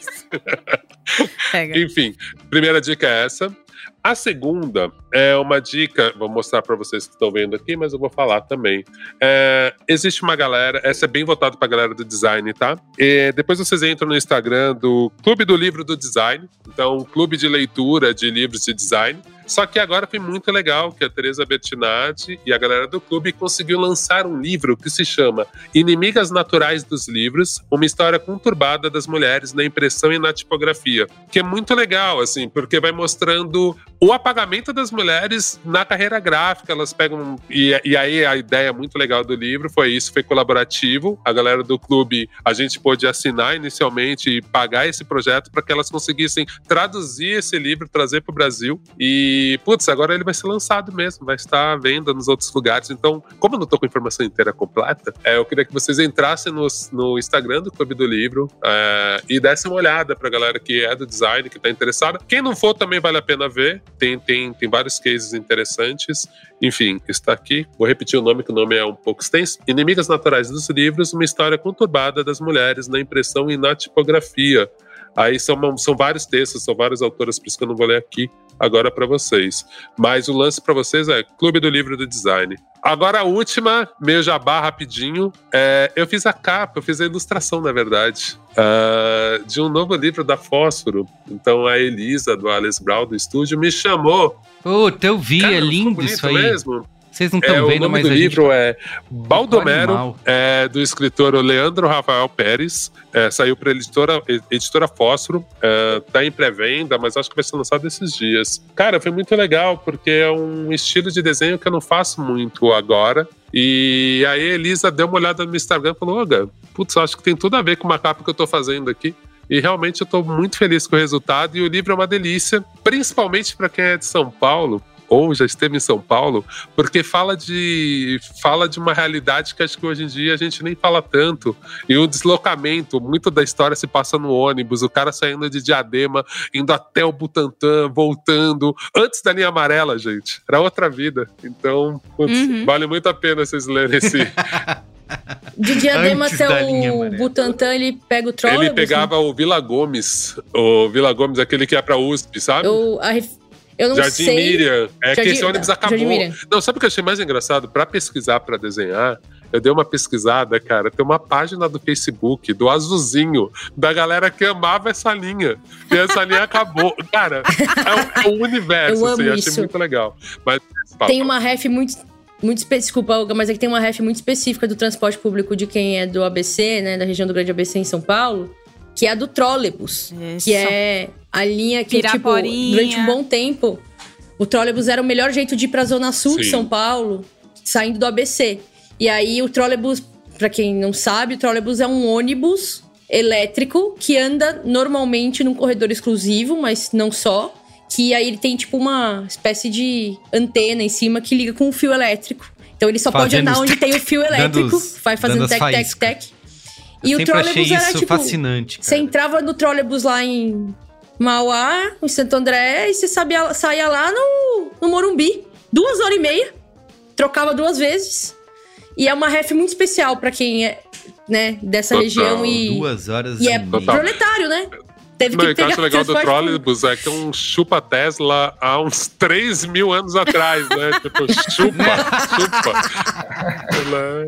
Enfim, primeira dica é essa. A segunda é uma dica, vou mostrar para vocês que estão vendo aqui, mas eu vou falar também. Existe uma galera, essa é bem voltada para a galera do design, tá? E depois vocês entram no Instagram do Clube do Livro do Design, então um clube de leitura de livros de design. Só que agora foi muito legal que a Teresa Bertinati e a galera do clube conseguiu lançar um livro que se chama Inimigas Naturais dos Livros, uma história conturbada das mulheres na impressão e na tipografia. Que é muito legal, assim, porque vai mostrando o apagamento das mulheres na carreira gráfica. Elas pegam... E aí a ideia muito legal do livro foi isso, foi colaborativo. A galera do clube, a gente pôde assinar inicialmente e pagar esse projeto para que elas conseguissem traduzir esse livro, trazer para o Brasil. E, putz, agora ele vai ser lançado mesmo, vai estar à venda nos outros lugares. Então, como eu não tô com a informação inteira completa, eu queria que vocês entrassem no Instagram do Clube do Livro e dessem uma olhada pra galera que é do design, que tá interessada. Quem não for, também vale a pena ver. Tem vários cases interessantes. Enfim, está aqui. Vou repetir o nome, que o nome é um pouco extenso. Inimigas Naturais dos Livros, uma história conturbada das mulheres na impressão e na tipografia. Aí são vários textos, são várias autoras, por isso que eu não vou ler aqui agora para vocês. Mas o lance para vocês é Clube do Livro do Design. Agora a última, meio jabá rapidinho. Eu fiz a capa, eu fiz a ilustração, na verdade, de um novo livro da Fósforo. Então a Elisa, do Alice Brown, do estúdio, me chamou. Puta, eu vi, cara, é lindo isso aí. Mesmo. Vocês não estão vendo, mas o nome do livro é Baldomero, do escritor Leandro Rafael Pérez. Saiu para a editora Fósforo. Tá em pré-venda, mas acho que vai ser lançado esses dias. Cara, foi muito legal, porque é um estilo de desenho que eu não faço muito agora. E aí a Elisa deu uma olhada no Instagram e falou: Olga, putz, acho que tem tudo a ver com uma capa que eu tô fazendo aqui. E realmente eu tô muito feliz com o resultado. E o livro é uma delícia, principalmente para quem é de São Paulo, ou já esteve em São Paulo, porque fala de uma realidade que acho que hoje em dia a gente nem fala tanto. E o deslocamento, muito da história se passa no ônibus, o cara saindo de Diadema, indo até o Butantã, voltando, antes da linha amarela, gente. Era outra vida. Então, putz, vale muito a pena vocês lerem esse... De Diadema até o Butantã, ele pega o trólebus? Ele pegava o Vila Gomes, aquele que é pra USP, sabe? Eu não Jardim sei. Miriam. Que esse ônibus acabou. Não, sabe o que eu achei mais engraçado? Pra pesquisar, pra desenhar, eu dei uma pesquisada, cara. Tem uma página do Facebook, do Azulzinho, da galera que amava essa linha. E essa linha acabou. Cara, é um universo, eu assim. Achei muito legal. Mas, tem uma ref muito desculpa, Olga, mas é que tem uma ref muito específica do transporte público de quem é do ABC, né? Da região do Grande ABC em São Paulo, que é a do trólebus. Isso. Que é a linha que, tipo, durante um bom tempo, o trólebus era o melhor jeito de ir pra Zona Sul de São Paulo, saindo do ABC. E aí o trólebus, pra quem não sabe, o trólebus é um ônibus elétrico que anda normalmente num corredor exclusivo, mas não só. Que aí ele tem, tipo, uma espécie de antena em cima que liga com o fio elétrico. Então ele só pode andar onde tem o fio elétrico, vai fazendo tec. E o trólebus era, tipo, fascinante, cara. Você entrava no trólebus lá em Mauá, em Santo André, e você saía lá no Morumbi. 2h30, trocava 2 vezes. E é uma ref muito especial pra quem é, né, dessa região. E 2 horas e é proletário, né? Teve que pegar. O que eu acho legal do trólebus é que é um chupa Tesla há uns 3 mil anos atrás, né? Tipo, chupa.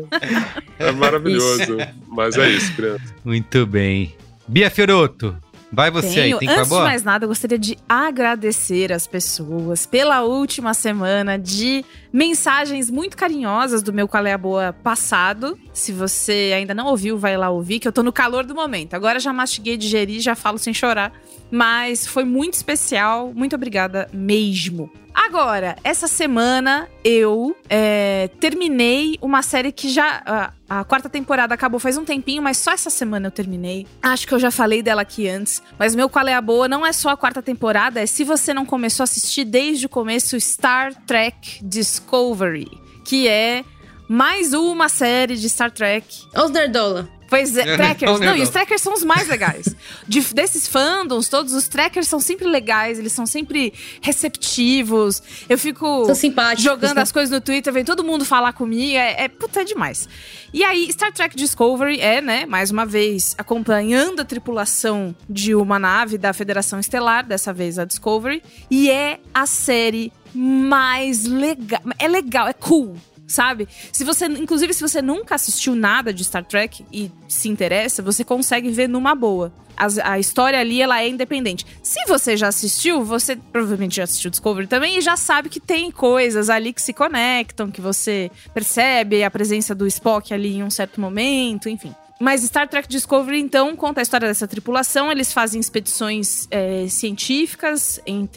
É maravilhoso. Mas é isso, criança. Muito bem. Bia Fiorotto, Vai você aí, tem coisa boa? Antes de mais nada, eu gostaria de agradecer as pessoas pela última semana de mensagens muito carinhosas do meu Qual é a Boa passado. Se você ainda não ouviu, vai lá ouvir, que eu tô no calor do momento. Agora já mastiguei, digeri, já falo sem chorar. Mas foi muito especial. Muito obrigada mesmo. Agora, essa semana eu terminei uma série que já... A 4ª temporada acabou faz um tempinho, mas só essa semana eu terminei. Acho que eu já falei dela aqui antes. Mas meu Qual é a Boa não é só a 4ª temporada, é se você não começou a assistir desde o começo Star Trek Discovery, que é mais uma série de Star Trek. Os nerdola. Pois é, trackers. Não, e os trackers são os mais legais. Desses fandoms, todos os trackers são sempre legais, eles são sempre receptivos. Eu fico jogando as coisas no Twitter, vem todo mundo falar comigo, puta, é demais. E aí, Star Trek Discovery né, mais uma vez, acompanhando a tripulação de uma nave da Federação Estelar, dessa vez a Discovery, e é a série mais legal. É legal, é cool. Sabe? Inclusive, se você nunca assistiu nada de Star Trek e se interessa, você consegue ver numa boa. A história ali, ela é independente. Se você já assistiu, você provavelmente já assistiu Discovery também e já sabe que tem coisas ali que se conectam, que você percebe a presença do Spock ali em um certo momento, enfim. Mas Star Trek Discovery, então, conta a história dessa tripulação. Eles fazem expedições científicas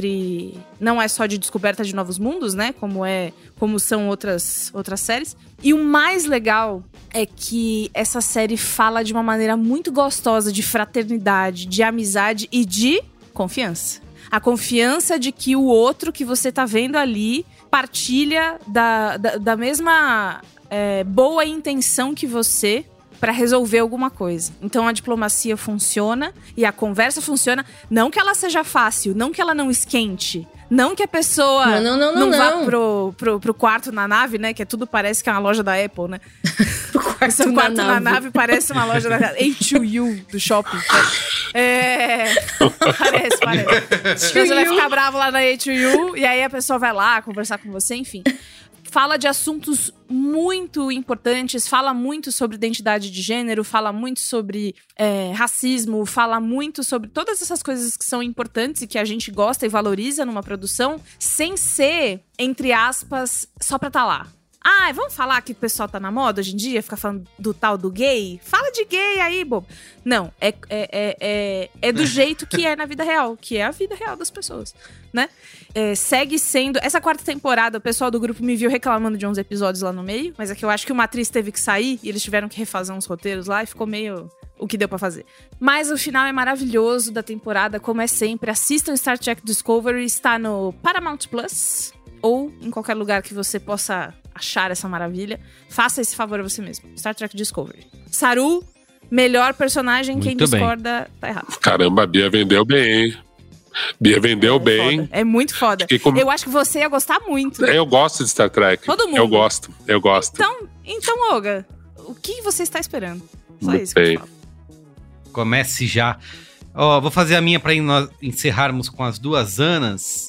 não é só de descoberta de novos mundos, né? Como são outras séries. E o mais legal é que essa série fala de uma maneira muito gostosa de fraternidade, de amizade e de confiança. A confiança de que o outro que você tá vendo ali partilha da mesma boa intenção que você para resolver alguma coisa. Então a diplomacia funciona e a conversa funciona. Não que ela seja fácil, não que ela não esquente, não que a pessoa não vá pro quarto na nave, né? Que tudo parece que é uma loja da Apple, né? O quarto na nave parece uma loja da H2U do shopping. Parece. A pessoa vai ficar brava lá na H2U e aí a pessoa vai lá conversar com você, enfim. Fala de assuntos muito importantes, fala muito sobre identidade de gênero, fala muito sobre racismo, fala muito sobre todas essas coisas que são importantes e que a gente gosta e valoriza numa produção, sem ser, entre aspas, só pra tá lá. Vamos falar que o pessoal tá na moda hoje em dia? Ficar falando do tal do gay? Fala de gay aí, bobo. Não, é do jeito que é na vida real, que é a vida real das pessoas, né? Segue sendo... Essa 4ª temporada, o pessoal do grupo me viu reclamando de uns episódios lá no meio, mas é que eu acho que uma atriz teve que sair e eles tiveram que refazer uns roteiros lá e ficou meio... o que deu pra fazer. Mas o final é maravilhoso da temporada, como é sempre. Assistam Star Trek Discovery, está no Paramount Plus ou em qualquer lugar que você possa achar essa maravilha. Faça esse favor a você mesmo. Star Trek Discovery. Saru, melhor personagem. Muito Quem discorda, tá errado. Caramba, a Bia vendeu bem, hein? Bia vendeu bem. Foda. É muito foda. Eu acho que você ia gostar muito. Eu gosto de Star Trek. Todo mundo. Eu gosto. Então, Olga, o que você está esperando? Só muito isso que eu falo. Comece já. Vou fazer a minha para nós encerrarmos com as duas Anas.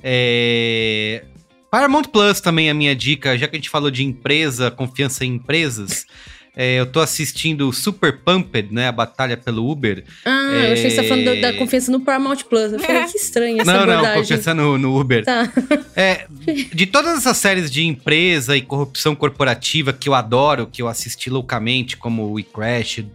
Paramount Plus também é a minha dica, já que a gente falou de empresa, confiança em empresas. Eu tô assistindo Super Pumped, né? A batalha pelo Uber. Eu achei que você tá falando da confiança no Paramount Plus. Eu falei, que estranho essa abordagem. Não, confiança no Uber. Tá. De todas essas séries de empresa e corrupção corporativa que eu adoro, que eu assisti loucamente, como o We Crashed,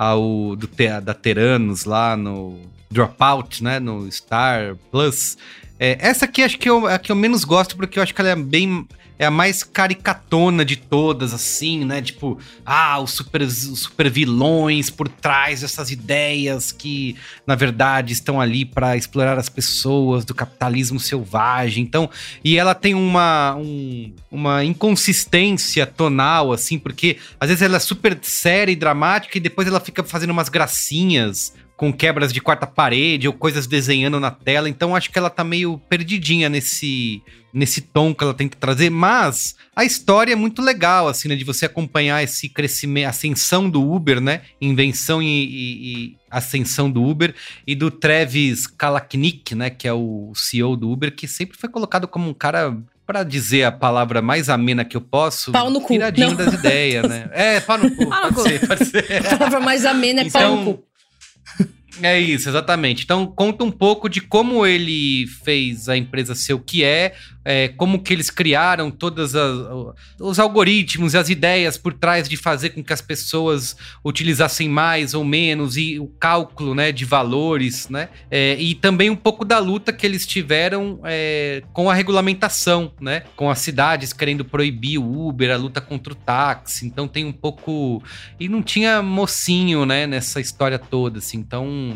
da Teranos lá no Dropout, né? No Star Plus. Essa aqui acho que é a que eu menos gosto, porque eu acho que ela é a mais caricatona de todas, assim, né? Tipo, os super vilões por trás dessas ideias que, na verdade, estão ali para explorar as pessoas do capitalismo selvagem. Então, e ela tem uma inconsistência tonal, assim, porque às vezes ela é super séria e dramática e depois ela fica fazendo umas gracinhas com quebras de quarta parede ou coisas desenhando na tela. Então acho que ela tá meio perdidinha nesse tom que ela tem que trazer. Mas a história é muito legal, assim, né? De você acompanhar esse crescimento, ascensão do Uber, né? Invenção e ascensão do Uber. E do Travis Kalanick, né? Que é o CEO do Uber, que sempre foi colocado como um cara... Pra dizer a palavra mais amena que eu posso... Pau no cu. Piradinho das ideias, né? Pau no cu. Pode ser. A palavra mais amena é pau no cu. É isso, exatamente. Então, conta um pouco de como ele fez a empresa ser o que como que eles criaram todos os algoritmos e as ideias por trás de fazer com que as pessoas utilizassem mais ou menos, e o cálculo, né, de valores, né? E também um pouco da luta que eles tiveram com a regulamentação, né? Com as cidades querendo proibir o Uber, a luta contra o táxi. Então tem um pouco... E não tinha mocinho, né, nessa história toda, assim. Então,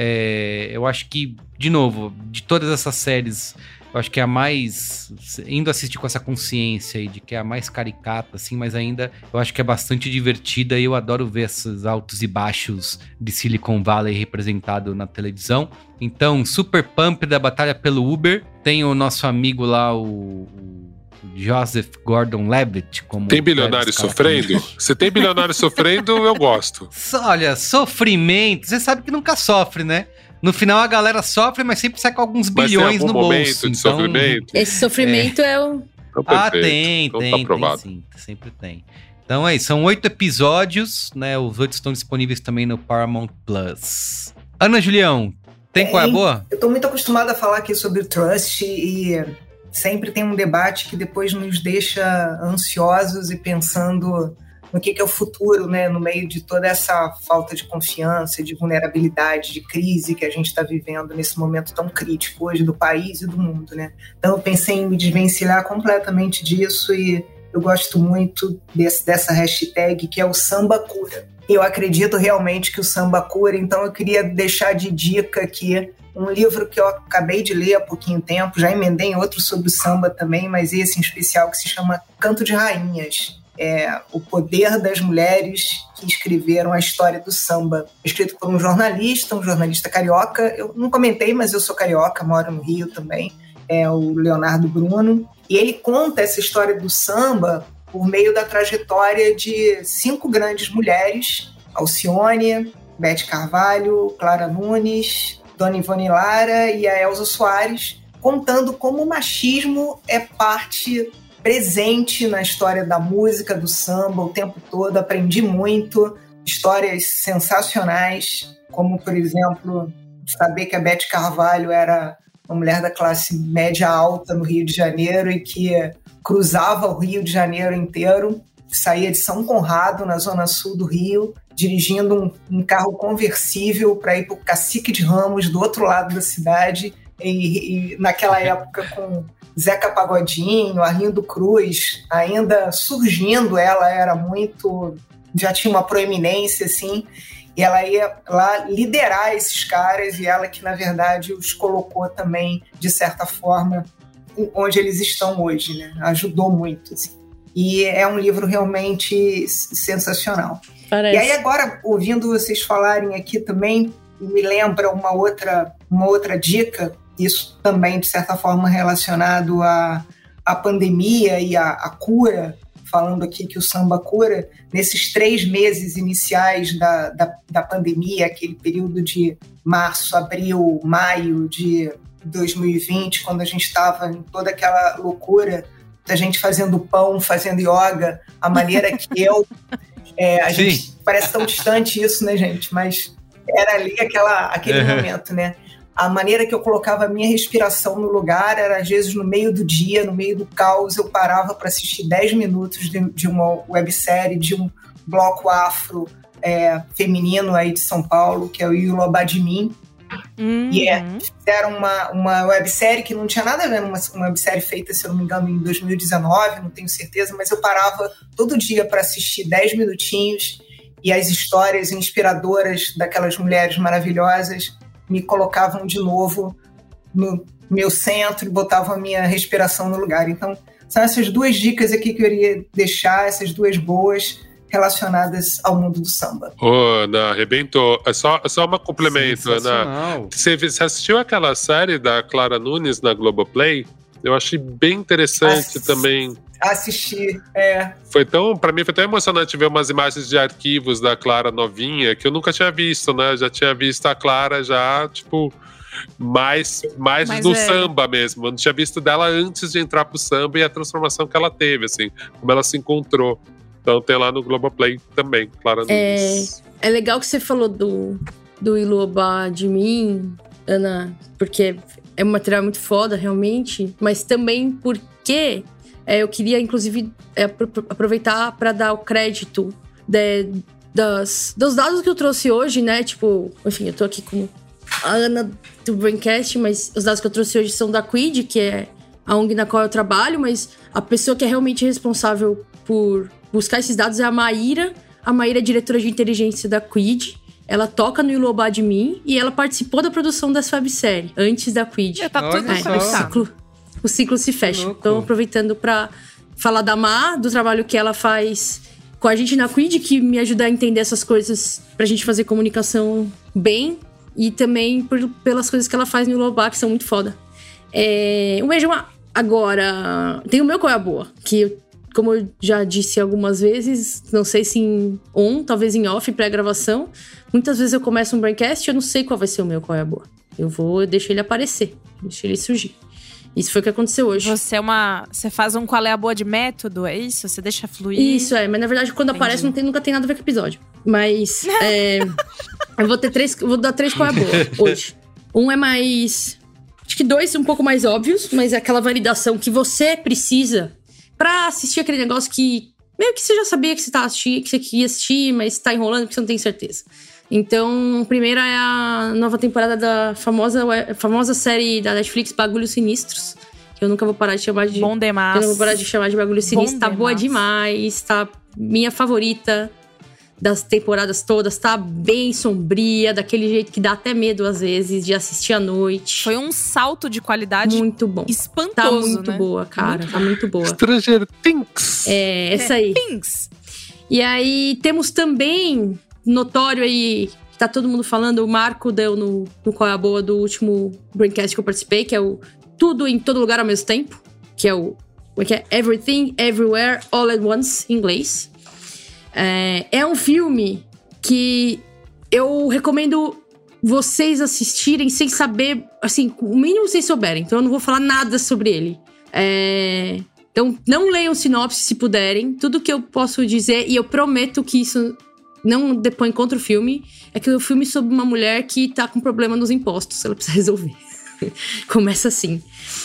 eu acho que, de novo, de todas essas séries... Eu acho que é a mais... Indo assistir com essa consciência aí de que é a mais caricata, assim, mas ainda eu acho que é bastante divertida e eu adoro ver esses altos e baixos de Silicon Valley representado na televisão. Então, Super Pump da Batalha pelo Uber. Tem o nosso amigo lá, o Joseph Gordon-Levitt. Como tem bilionário sofrendo? Se tem bilionário sofrendo, eu gosto. Olha, sofrimento... Você sabe que nunca sofre, né? No final a galera sofre, mas sempre sai com alguns bilhões no bolso. De sofrimento. Esse sofrimento é o... Tem, então sim, sempre tem. Então é isso, são 8 episódios, né? Os 8 estão disponíveis também no Paramount Plus. Ana Julião, qual é a boa? Eu tô muito acostumada a falar aqui sobre o Trust e sempre tem um debate que depois nos deixa ansiosos e pensando no que é o futuro, né, no meio de toda essa falta de confiança, de vulnerabilidade, de crise que a gente está vivendo nesse momento tão crítico hoje do país e do mundo, né? Então eu pensei em me desvencilhar completamente disso e eu gosto muito dessa hashtag que é o Samba Cura. Eu acredito realmente que o samba cura, então eu queria deixar de dica aqui um livro que eu acabei de ler há pouquinho tempo, já emendei em outro sobre o samba também, mas esse em especial que se chama Canto de Rainhas. O poder das mulheres que escreveram a história do samba. Escrito por um jornalista carioca. Eu não comentei, mas eu sou carioca, moro no Rio também. É o Leonardo Bruno. E ele conta essa história do samba por meio da trajetória de 5 grandes mulheres: Alcione, Beth Carvalho, Clara Nunes, Dona Ivone Lara e a Elza Soares, contando como o machismo é parte presente na história da música, do samba, o tempo todo. Aprendi muito, histórias sensacionais, como, por exemplo, saber que a Beth Carvalho era uma mulher da classe média alta no Rio de Janeiro e que cruzava o Rio de Janeiro inteiro, saía de São Conrado, na zona sul do Rio, dirigindo um carro conversível para ir para o Cacique de Ramos, do outro lado da cidade, e naquela época com Zeca Pagodinho, Arlindo Cruz, ainda surgindo. Ela era muito... já tinha uma proeminência, assim, e ela ia lá liderar esses caras, e ela que, na verdade, os colocou também, de certa forma, onde eles estão hoje, né? Ajudou muito, assim. E é um livro realmente sensacional. Parece. E aí agora, ouvindo vocês falarem aqui também, me lembra uma outra dica, isso também, de certa forma, relacionado à pandemia e à cura, falando aqui que o samba cura. Nesses 3 meses iniciais da pandemia, aquele período de março, abril, maio de 2020, quando a gente estava em toda aquela loucura da gente fazendo pão, fazendo yoga, a maneira que a gente parece tão distante isso, né, gente? Mas era ali aquele momento, né? A maneira que eu colocava a minha respiração no lugar era, às vezes, no meio do dia, no meio do caos, eu parava para assistir 10 minutos de uma websérie, de um bloco afro feminino aí de São Paulo, que é o Ilobadimim. E fizeram uma websérie que não tinha nada a ver, uma websérie feita, se eu não me engano, em 2019, não tenho certeza, mas eu parava todo dia para assistir 10 minutinhos, e as histórias inspiradoras daquelas mulheres maravilhosas me colocavam de novo no meu centro e botavam a minha respiração no lugar. Então, são essas 2 dicas aqui que eu iria deixar, essas 2 boas, relacionadas ao mundo do samba. Ana, arrebentou. É só uma complemento, Ana. Você assistiu aquela série da Clara Nunes na Globoplay? Eu achei bem interessante também. Assisti, Pra mim foi tão emocionante ver umas imagens de arquivos da Clara novinha, que eu nunca tinha visto, né? Já tinha visto a Clara já, tipo, mais do samba mesmo. Eu não tinha visto dela antes de entrar pro samba e a transformação que ela teve, assim, como ela se encontrou. Então tem lá no Globoplay também, Clara Nunes. É legal que você falou do Iluobá de mim, Ana, porque é um material muito foda, realmente, mas também porque eu queria, inclusive, aproveitar para dar o crédito dos dados que eu trouxe hoje, né? Tipo, enfim, eu tô aqui com a Ana do Braincast, mas os dados que eu trouxe hoje são da Quid, que é a ONG na qual eu trabalho, mas a pessoa que é realmente responsável por buscar esses dados é a Maíra. A Maíra é diretora de inteligência da Quid. Ela toca no Iluobá de mim e ela participou da produção dessa websérie, antes da Quid. Tá tudo conectado. O ciclo se fecha. Então, aproveitando pra falar da Má, do trabalho que ela faz com a gente na Quid, que me ajuda a entender essas coisas pra gente fazer comunicação bem. E também pelas coisas que ela faz no Iluobá, que são muito foda. Um beijo, Má. Agora, tem o meu Qual é a Boa, que como eu já disse algumas vezes, não sei se em on, talvez em off, pré-gravação, muitas vezes eu começo um Braincast e eu não sei qual vai ser o meu Qual é a Boa. Eu deixo ele aparecer, deixo ele surgir. Isso foi o que aconteceu hoje. Você faz um Qual é a Boa de método, é isso? Você deixa fluir? Isso, mas na verdade quando aparece nunca tem nada a ver com o episódio. Mas eu vou dar 3 Qual é a Boa hoje. Um é mais... Acho que 2 um pouco mais óbvios, mas é aquela validação que você precisa pra assistir aquele negócio que meio que você já sabia que que você queria assistir, mas tá enrolando porque você não tem certeza. Então, a primeira é a nova temporada da famosa série da Netflix, Bagulhos Sinistros. Que eu nunca vou parar de chamar de... Bom demais. Eu não vou parar de chamar de Bagulhos Sinistros. Tá boa demais, tá minha favorita das temporadas todas. Tá bem sombria, daquele jeito que dá até medo, às vezes, de assistir à noite. Foi um salto de qualidade muito bom. Espantoso, tá muito né? boa, cara. Tá muito boa. Stranger Things. Essa aí. Things. E aí, temos também... notório aí, que tá todo mundo falando, o Marco deu no Qual é a Boa do último Braincast que eu participei, que é o Tudo em Todo Lugar ao Mesmo Tempo, que é o Everything, Everywhere, All at Once, em inglês. É um filme que eu recomendo vocês assistirem sem saber, assim, o mínimo vocês souberem, então eu não vou falar nada sobre ele. Então, não leiam sinopse se puderem, tudo que eu posso dizer, e eu prometo que isso... não depõe contra o filme, é que o filme é sobre uma mulher que tá com problema nos impostos, ela precisa resolver. Começa assim.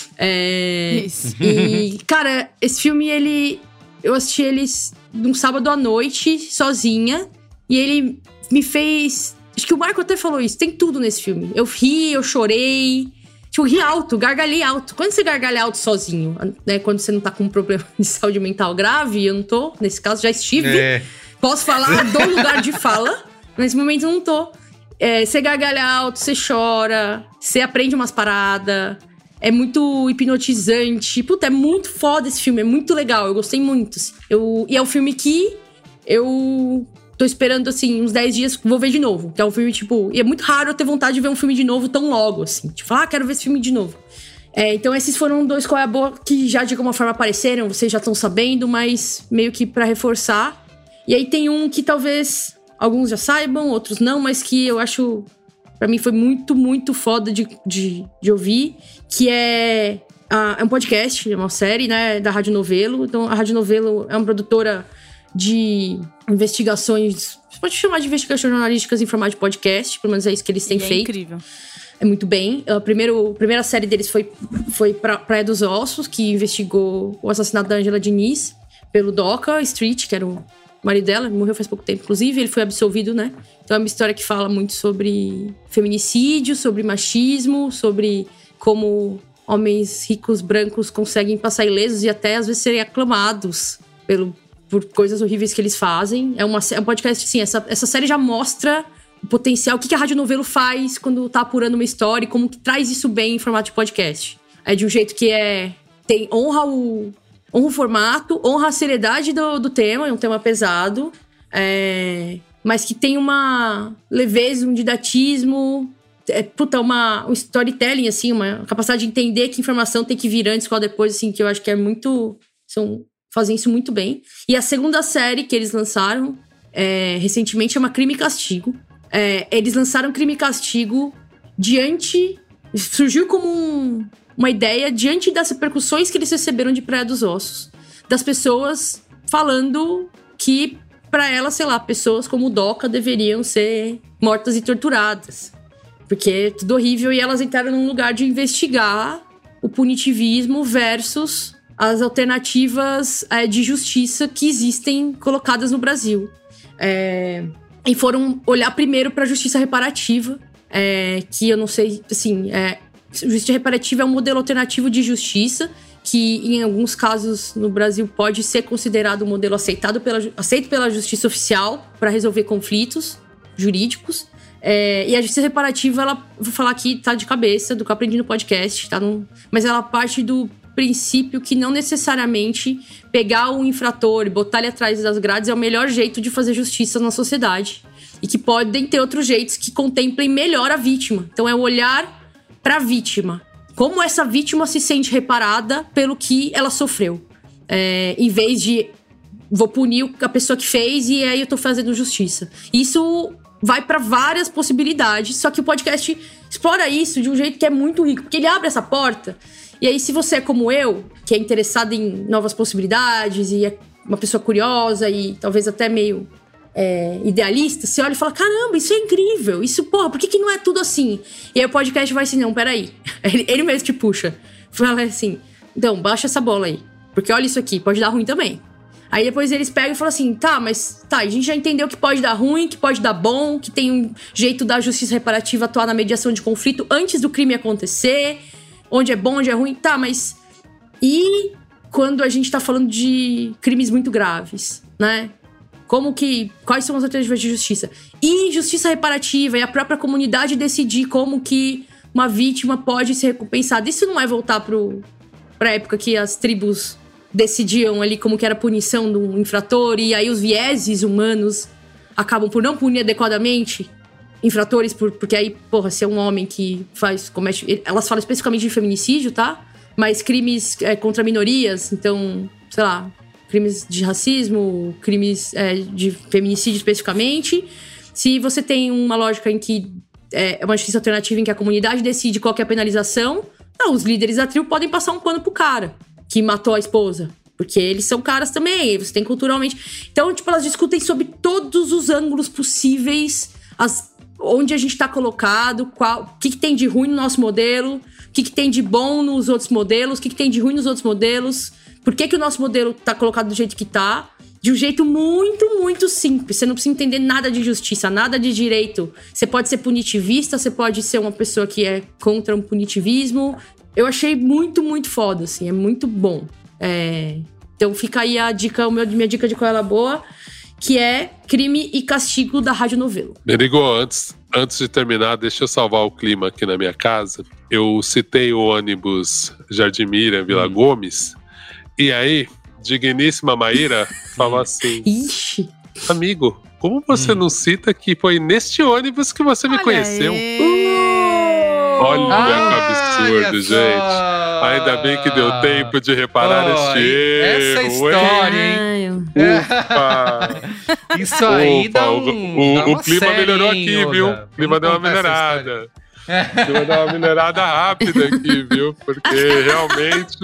Isso. E, cara, esse filme, eu assisti ele num sábado à noite, sozinha, e ele me fez... Acho que o Marco até falou isso, tem tudo nesse filme. Eu ri, eu chorei, eu ri alto, gargalhei alto. Quando você gargalha alto sozinho, né, quando você não tá com um problema de saúde mental grave, eu não tô, nesse caso já estive... Posso falar do lugar de fala, nesse momento eu não tô. Você gargalha alto, você chora, você aprende umas paradas. É muito hipnotizante. Puta, é muito foda esse filme, é muito legal, eu gostei muito. E é um filme que eu tô esperando, assim, uns 10 dias, vou ver de novo. Que é um filme, tipo... E é muito raro eu ter vontade de ver um filme de novo tão logo, assim. Tipo, quero ver esse filme de novo. Então esses foram 2 Qual é a Boa que já de alguma forma apareceram, vocês já estão sabendo, mas meio que pra reforçar... E aí tem um que talvez alguns já saibam, outros não, mas que eu acho, pra mim foi muito, muito foda de ouvir, que é um podcast, é uma série, né, da Rádio Novelo. Então a Rádio Novelo é uma produtora de investigações, você pode chamar de investigações jornalísticas em formato de podcast, pelo menos é isso que eles têm feito. É incrível. É muito bem. A primeira série deles foi pra Praia dos Ossos, que investigou o assassinato da Angela Diniz pelo Doca Street, que era o marido dela, morreu faz pouco tempo, inclusive, ele foi absolvido, né? Então é uma história que fala muito sobre feminicídio, sobre machismo, sobre como homens ricos, brancos, conseguem passar ilesos e até, às vezes, serem aclamados por coisas horríveis que eles fazem. É um podcast, assim, essa série já mostra o potencial, o que a Rádio Novelo faz quando tá apurando uma história e como que traz isso bem em formato de podcast. É de um jeito que honra o formato, honra a seriedade do tema, é um tema pesado, mas que tem uma leveza, um didatismo, um storytelling, assim, uma capacidade de entender que informação tem que vir antes, qual depois, assim, que eu acho que é muito... fazem isso muito bem. E a segunda série que eles lançaram recentemente chama Crime e Castigo. Eles lançaram Crime e Castigo surgiu como uma ideia diante das repercussões que eles receberam de Praia dos Ossos. Das pessoas falando que pra ela, sei lá, pessoas como Doca deveriam ser mortas e torturadas. Porque é tudo horrível e elas entraram num lugar de investigar o punitivismo versus as alternativas de justiça que existem colocadas no Brasil. E foram olhar primeiro pra justiça reparativa, que eu não sei, assim, justiça reparativa é um modelo alternativo de justiça que, em alguns casos no Brasil, pode ser considerado um modelo aceito pela justiça oficial para resolver conflitos jurídicos. E a justiça reparativa, ela, vou falar aqui, tá de cabeça, do que eu aprendi no podcast, mas ela parte do princípio que não necessariamente pegar o infrator e botar ele atrás das grades é o melhor jeito de fazer justiça na sociedade. E que podem ter outros jeitos que contemplem melhor a vítima. Então é o olhar pra vítima. Como essa vítima se sente reparada pelo que ela sofreu. Em vez de vou punir a pessoa que fez e aí eu tô fazendo justiça. Isso vai pra várias possibilidades, só que o podcast explora isso de um jeito que é muito rico, porque ele abre essa porta. E aí, se você é como eu, que é interessado em novas possibilidades e é uma pessoa curiosa e talvez até meio idealista, você olha e fala, caramba, isso é incrível, isso, porra, por que não é tudo assim? E aí o podcast vai assim, não, peraí. Ele mesmo te puxa. Fala assim, então, baixa essa bola aí, porque olha isso aqui, pode dar ruim também. Aí depois eles pegam e falam assim, a gente já entendeu que pode dar ruim, que pode dar bom, que tem um jeito da justiça reparativa atuar na mediação de conflito antes do crime acontecer, onde é bom, onde é ruim, mas... E quando a gente tá falando de crimes muito graves, né? Quais são as alternativas de justiça? E justiça reparativa, e a própria comunidade decidir como que uma vítima pode ser recompensada. Isso não é voltar pra época que as tribos decidiam ali como que era a punição do infrator, e aí os vieses humanos acabam por não punir adequadamente infratores, porque aí, porra, se é um homem que comete... Elas falam especificamente de feminicídio, tá? Mas crimes contra minorias, então, sei lá, crimes de racismo, crimes de feminicídio especificamente. Se você tem uma lógica em que é uma justiça alternativa em que a comunidade decide qual que é a penalização, os líderes da tribo podem passar um pano pro cara que matou a esposa. Porque eles são caras também, você tem culturalmente... Então, elas discutem sobre todos os ângulos possíveis, onde a gente tá colocado, o que tem de ruim no nosso modelo, o que tem de bom nos outros modelos, o que tem de ruim nos outros modelos, por que o nosso modelo tá colocado do jeito que tá, de um jeito muito, muito simples. Você não precisa entender nada de justiça, nada de direito. Você pode ser punitivista, você pode ser uma pessoa que é contra um punitivismo. Eu achei muito, muito foda, assim, é muito bom. Então fica aí a dica, minha dica de qual ela boa, que é Crime e Castigo da Rádio Novelo. Merigo, antes de terminar, deixa eu salvar o clima aqui na minha casa. Eu citei o ônibus Jardim Miriam, Vila Gomes, e aí, digníssima Maíra falou assim... Ixi! Amigo, como você não cita que foi neste ônibus que você me conheceu? Olha que absurdo, gente. Ainda bem que deu tempo de reparar este erro. Essa história, hein? Ufa! Isso aí dá o clima melhorou aqui, viu? O clima deu uma melhorada. O clima deu uma minerada rápida aqui, viu? Porque realmente...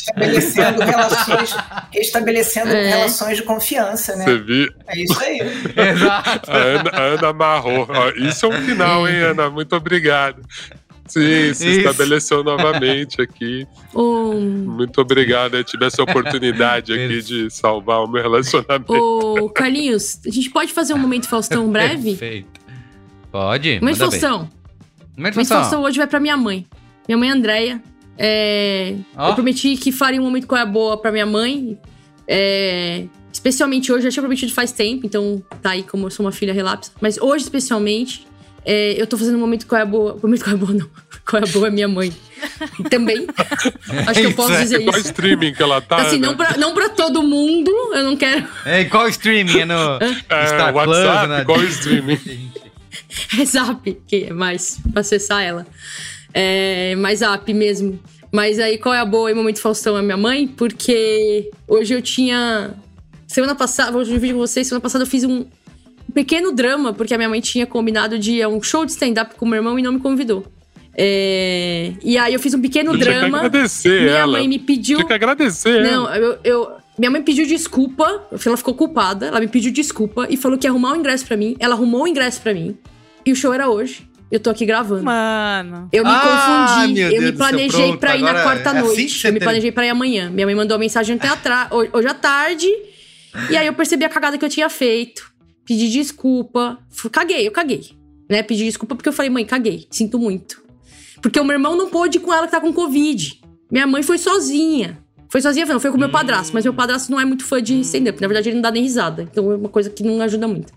Restabelecendo relações de confiança, né? Você viu? É isso aí. Exato. A Ana amarrou. Isso é um final, hein, Ana? Muito obrigado. Sim, se estabeleceu novamente aqui. Muito obrigado. Eu tive essa oportunidade aqui de salvar o meu relacionamento. Carlinhos, a gente pode fazer um Momento Faustão breve? Perfeito. Pode. Momento Faustão. Momento Faustão hoje vai pra minha mãe. Minha mãe Andréia. Eu prometi que faria um Momento Qual é a Boa pra minha mãe. Especialmente hoje, já tinha prometido faz tempo, então tá aí como eu sou uma filha relapsa. Mas hoje, especialmente, eu tô fazendo um Momento Qual é a Boa. Momento Qual é a Boa, não. Qual é a Boa é minha mãe. Também. Acho que eu posso dizer isso. Qual streaming que ela tá? Assim, né? não pra todo mundo, eu não quero. Qual streaming? É no Star Plus? WhatsApp? Qual streaming? É Zap, que é mais pra acessar ela. Mais Zap mesmo. Mas aí, qual é a boa em Momento Faustão é minha mãe? Porque hoje eu tinha... Semana passada, vou dividir com vocês, semana passada eu fiz um pequeno drama, porque a minha mãe tinha combinado de ir a um show de stand-up com o meu irmão e não me convidou. E aí eu fiz um pequeno drama. Tinha que agradecer minha ela. Mãe me pediu... Tinha que agradecer Não, Minha mãe pediu desculpa, ela ficou culpada, ela me pediu desculpa e falou que ia arrumar o ingresso pra mim. Ela arrumou o ingresso pra mim. E o show era hoje. Eu tô aqui gravando. Mano. Eu me confundi. Meu Eu Deus me planejei pra ir na quarta-noite. Assim eu me planejei pra ir amanhã. Minha mãe mandou uma mensagem hoje à tarde. E aí eu percebi a cagada que eu tinha feito. Pedi desculpa. Eu caguei. Né? Pedi desculpa porque eu falei, mãe, caguei. Sinto muito. Porque o meu irmão não pôde ir com ela que tá com Covid. Minha mãe foi sozinha. Não, foi com o meu padrasto. Mas meu padrasto não é muito fã de stand-up. Na verdade, ele não dá nem risada. Então é uma coisa que não ajuda muito.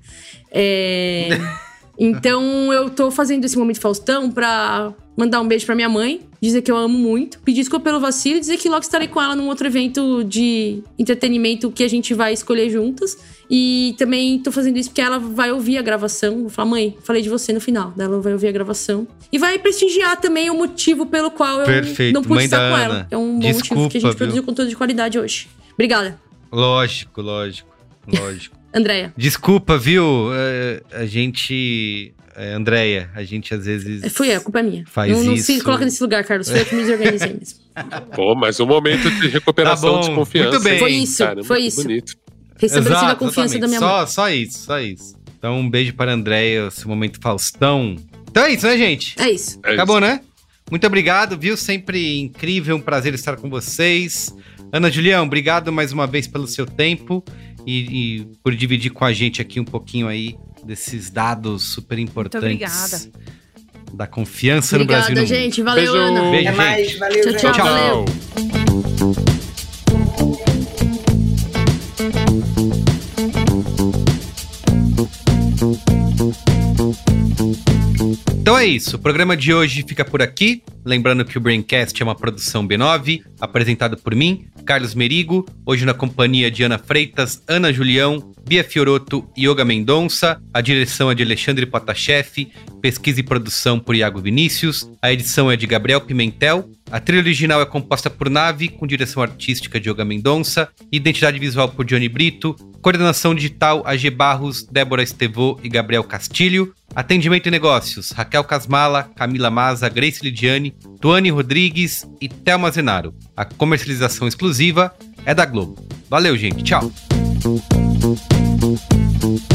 Então, eu tô fazendo esse Momento Faustão pra mandar um beijo pra minha mãe, dizer que eu amo muito, pedir desculpa pelo vacilo e dizer que logo estarei com ela num outro evento de entretenimento que a gente vai escolher juntas. E também tô fazendo isso porque ela vai ouvir a gravação. Vou falar, mãe, falei de você no final. Daí ela vai ouvir a gravação. E vai prestigiar também o motivo pelo qual eu não pude mãe estar com Ana. ela. É um bom motivo que a gente produziu conteúdo de qualidade hoje. Obrigada. Lógico. Andréia. Desculpa, viu? A gente... Andréia, a gente às vezes... A culpa é minha. Não se coloca nesse lugar, Carlos. Foi eu que me desorganizei mesmo. Pô, mas um momento de recuperação de confiança. Muito bem. Foi isso. Bonito. Restabelecendo a confiança da minha mãe. Só isso. Então, um beijo para a Andréia, esse Momento Faustão. Então é isso, né, gente? É isso. Acabou, né? Muito obrigado, viu? Sempre incrível, um prazer estar com vocês. Ana Julião, obrigado mais uma vez pelo seu tempo e por dividir com a gente aqui um pouquinho aí desses dados super importantes. Muito obrigada. Da confiança no Brasil. Obrigada, gente. Valeu, Beijo. Ana. Beijo, Até mais. gente. Valeu, gente. Tchau. Valeu. Então é isso, o programa de hoje fica por aqui. Lembrando que o Braincast é uma produção B9, apresentado por mim, Carlos Merigo, hoje na companhia de Ana Freitas, Ana Julião, Bia Fiorotto e Yoga Mendonça. A direção é de Alexandre Potashev, pesquisa e produção por Iago Vinícius, a edição é de Gabriel Pimentel, a trilha original é composta por Nave, com direção artística de Yoga Mendonça, identidade visual por Johnny Brito, coordenação digital AG Barros, Débora Estevô e Gabriel Castilho, atendimento e negócios Raquel Casmala, Camila Maza, Grace Lidiane, Tuane Rodrigues e Thelma Zenaro. A comercialização exclusiva é da Globo. Valeu, gente. Tchau.